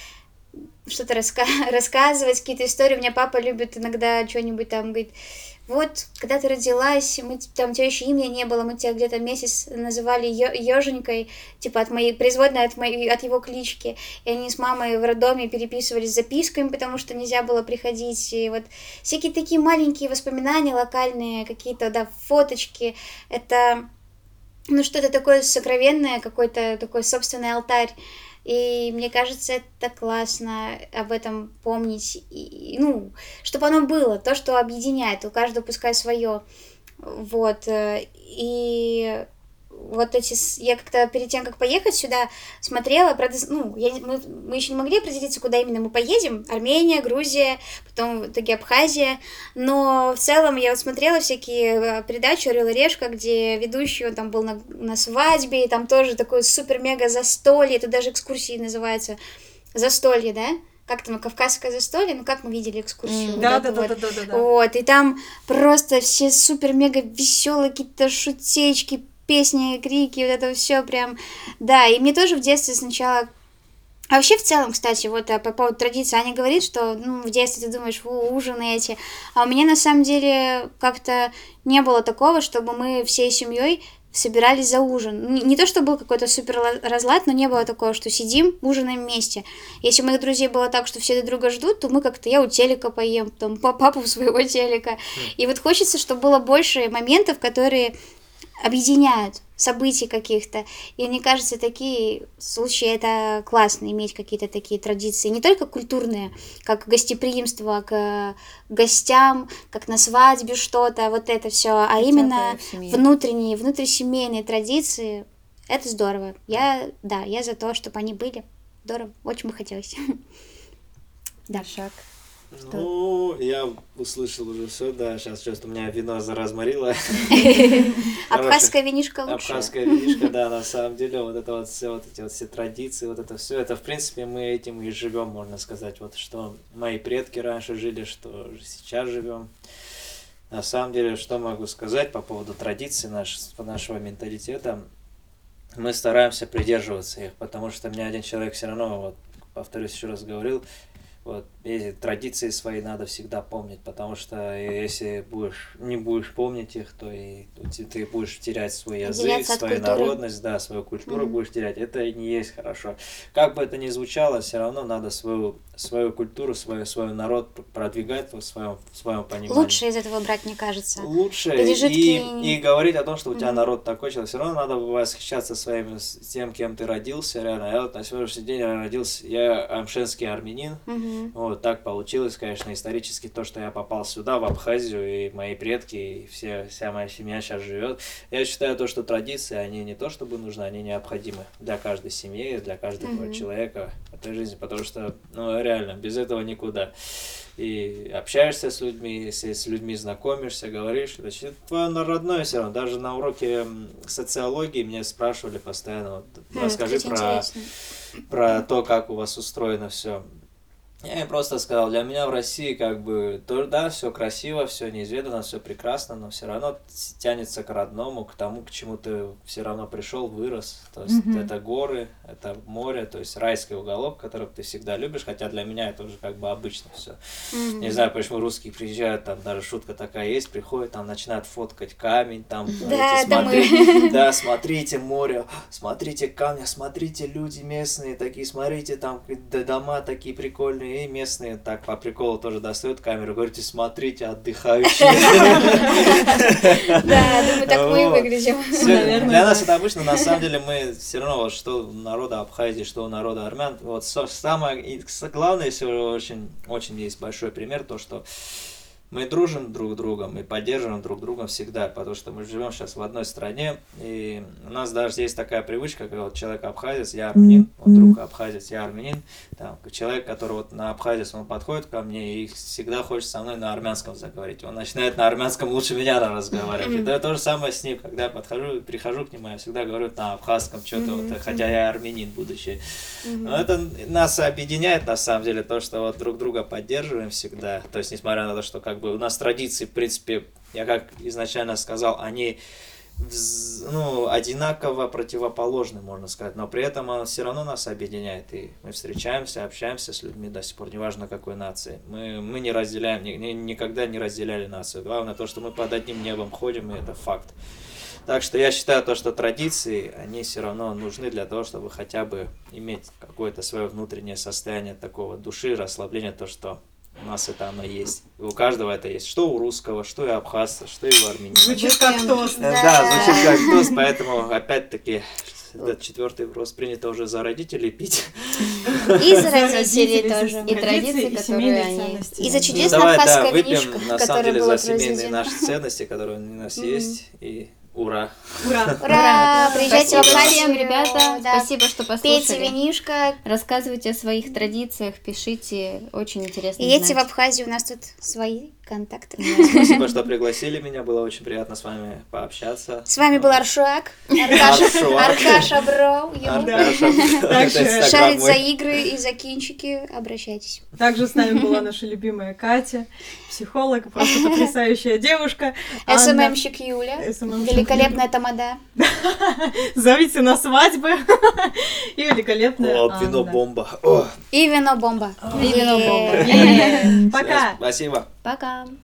что-то раска- рассказывать, какие-то истории. У меня папа любит иногда что-нибудь там, говорит, вот, когда ты родилась, мы т- там у тебя еще имя не было, мы тебя где-то месяц называли еженькой, типа от моей производной от моей от его клички. И они с мамой в роддоме переписывались записками, потому что нельзя было приходить. И вот всякие такие маленькие воспоминания локальные, какие-то, да, фоточки. Это, ну, что-то такое сокровенное, какой-то такой собственный алтарь. И мне кажется, это классно об этом помнить. И, ну, чтобы оно было, то, что объединяет, у каждого пускай свое. Вот. э, И вот эти... с- Я как-то перед тем, как поехать сюда, смотрела, правда, с- ну, я, не- мы, мы еще не могли определиться, куда именно мы поедем. Армения, Грузия, потом в итоге Абхазия. Но в целом я вот смотрела всякие э, передачи «Орел и решка», где ведущий, он там был на, на свадьбе, и там тоже такое супер-мега застолье, это даже экскурсии называется застолье, да? Как там, кавказское застолье, ну как мы видели экскурсию? М, вот Да, эту да, да, вот. да, да, да, да. Вот, и там просто все супер-мега веселые какие-то шутечки, песни, крики, вот это все прям, да, и мне тоже в детстве сначала. А вообще в целом, кстати, вот а, по поводу традиции, Аня говорит, что ну, в детстве ты думаешь, фу, ужины эти, а у меня на самом деле как-то не было такого, чтобы мы всей семьей собирались за ужин. Не, не то, что был какой-то супер ла- разлад, но не было такого, что сидим, ужинаем вместе. Если у моих друзей было так, что все друг друга ждут, то мы как-то, я у телека поем, там, па- папа у своего телека. И вот хочется, чтобы было больше моментов, которые объединяют событий каких-то. И мне кажется, такие случаи это классно, иметь какие-то такие традиции. Не только культурные, как гостеприимство к э, гостям, как на свадьбе что-то, вот это все, а Хотя бы именно в семье. внутренние, внутрисемейные традиции. Это здорово. Я, да, я за то, чтобы они были. Здорово. Очень бы хотелось. Да. Шаг. Ну, я услышал уже все, да, сейчас что-то у меня вино заразморило. Абхазская винишка лучше. Абхазская винишка, да, на самом деле, вот это вот все, вот эти вот все традиции, вот это все, это, в принципе, мы этим и живем, можно сказать, вот что мои предки раньше жили, что сейчас живем. На самом деле, что могу сказать по поводу традиций наш, нашего менталитета, мы стараемся придерживаться их, потому что мне один человек все равно, вот, повторюсь, еще раз говорил, вот эти традиции свои надо всегда помнить, потому что если будешь не будешь помнить их, то и ты, ты будешь терять свой язык, Отделяться от свою культуры. народность, да, свою культуру Мгм. будешь терять. Это и не есть хорошо. Как бы это ни звучало, все равно надо свою свою культуру, свою свой народ продвигать в своем в своем понимании. Лучше из этого брать, мне кажется. Лучше Пережитки и, не- и говорить о том, что у тебя Мгм. народ такой человек. Все равно надо восхищаться своим с тем, кем ты родился. Реально, я вот на сегодняшний день родился, я амшенский армянин. Мгм. Мгм. Вот так получилось, конечно, исторически то, что я попал сюда, в Абхазию, и мои предки, и все, вся моя семья сейчас живет. Я считаю то, что традиции, они не то чтобы нужны, они необходимы для каждой семьи, для каждого Мгм. человека в этой жизни, потому что, ну, реально, без этого никуда. И общаешься с людьми, с, с людьми знакомишься, говоришь, это че- твое родное все равно. Даже на уроке м, социологии меня спрашивали постоянно, вот, Хм, расскажи кстати, про, интересно. про то, как у вас устроено все. Я им просто сказал, для меня в России как бы, то, да, все красиво, все неизведанно, все прекрасно, но все равно тянется к родному, к тому, к чему ты все равно пришел, вырос. То есть Мгм. это горы, это море, то есть райский уголок, который ты всегда любишь, хотя для меня это уже как бы обычно все. Мгм. Не знаю, почему русские приезжают, там даже шутка такая есть, приходят, там начинают фоткать камень, там, Да, эти, это смотри- да, смотрите море, смотрите камни, смотрите люди местные такие, смотрите там д- дома такие прикольные, и местные так по приколу тоже достают камеру, говорите, смотрите, отдыхающие. Да, думаю, так мы и Вот. выглядим. Всё, Наверное, Для нас да. это обычно, на самом деле, мы все равно, вот, что у народа Абхазии, что у народа армян, вот со- самое и с- главное, всего очень, очень есть большой пример, то, что мы дружим друг с другом и поддерживаем друг друга всегда, потому что мы живем сейчас в одной стране, и у нас даже есть такая привычка, когда вот человек абхазец, я армянин, вот друг абхазец, я армянин, там, человек, который вот на абхазец, он подходит ко мне и всегда хочет со мной на армянском заговорить, он начинает на армянском лучше меня разговаривать, и то, то же самое с ним, когда я подхожу, прихожу к нему, я всегда говорю на абхазском что-то, вот, хотя я армянин будущий. Но это нас объединяет, на самом деле, то, что вот друг друга поддерживаем всегда. То есть, несмотря на то, что как бы у нас традиции, в принципе, я как изначально сказал, они вз- ну, одинаково противоположны, можно сказать, но при этом оно все равно нас объединяет, и мы встречаемся, общаемся с людьми до сих пор, неважно какой нации. Мы, мы не разделяем, ни- ни- никогда не разделяли нацию. Главное то, что мы под одним небом ходим, и это факт. Так что я считаю то, что традиции, они все равно нужны для того, чтобы хотя бы иметь какое-то свое внутреннее состояние такого души, расслабления, то, что у нас это оно есть. И у каждого это есть. Что у русского, что и у абхазца, что и у армянина. Звучит как тост. Э, Да, звучит как тост, поэтому опять-таки этот четвертый вопрос принято уже за родителей пить. И за За родителей родителей, тоже. И традиции, и которые семейные они- ценности. И за Ну, чудесное давай, да, абхазское выпьем, винишко, на самом которое деле, было за семейные произведено. наши ценности, которые у нас Мгм. есть, и ура. Ура! Ура! Приезжайте в Спасибо Абхазию, всем, ребята. да. Спасибо, что Пейте послушали. винишко. Рассказывайте о своих традициях, пишите. Очень интересно И едьте в знать. Абхазию, у нас тут свои контакты. Спасибо, что пригласили меня, было очень приятно с вами пообщаться. С вами был Аршак, Аркаша, Аршак. Аркаша Бро. Аркаша, Также это Инстаграм Шарит мой. за игры и за кинчики. Обращайтесь. Также с нами была наша любимая Катя, психолог, просто потрясающая девушка. Анна, СММщик Юля. СММщик Великолепная тамада. Зовите на свадьбы. И великолепная О, вино Анна. бомба. О, И вино бомба. И вино бомба. Е-е-е. Пока! спасибо. Пока.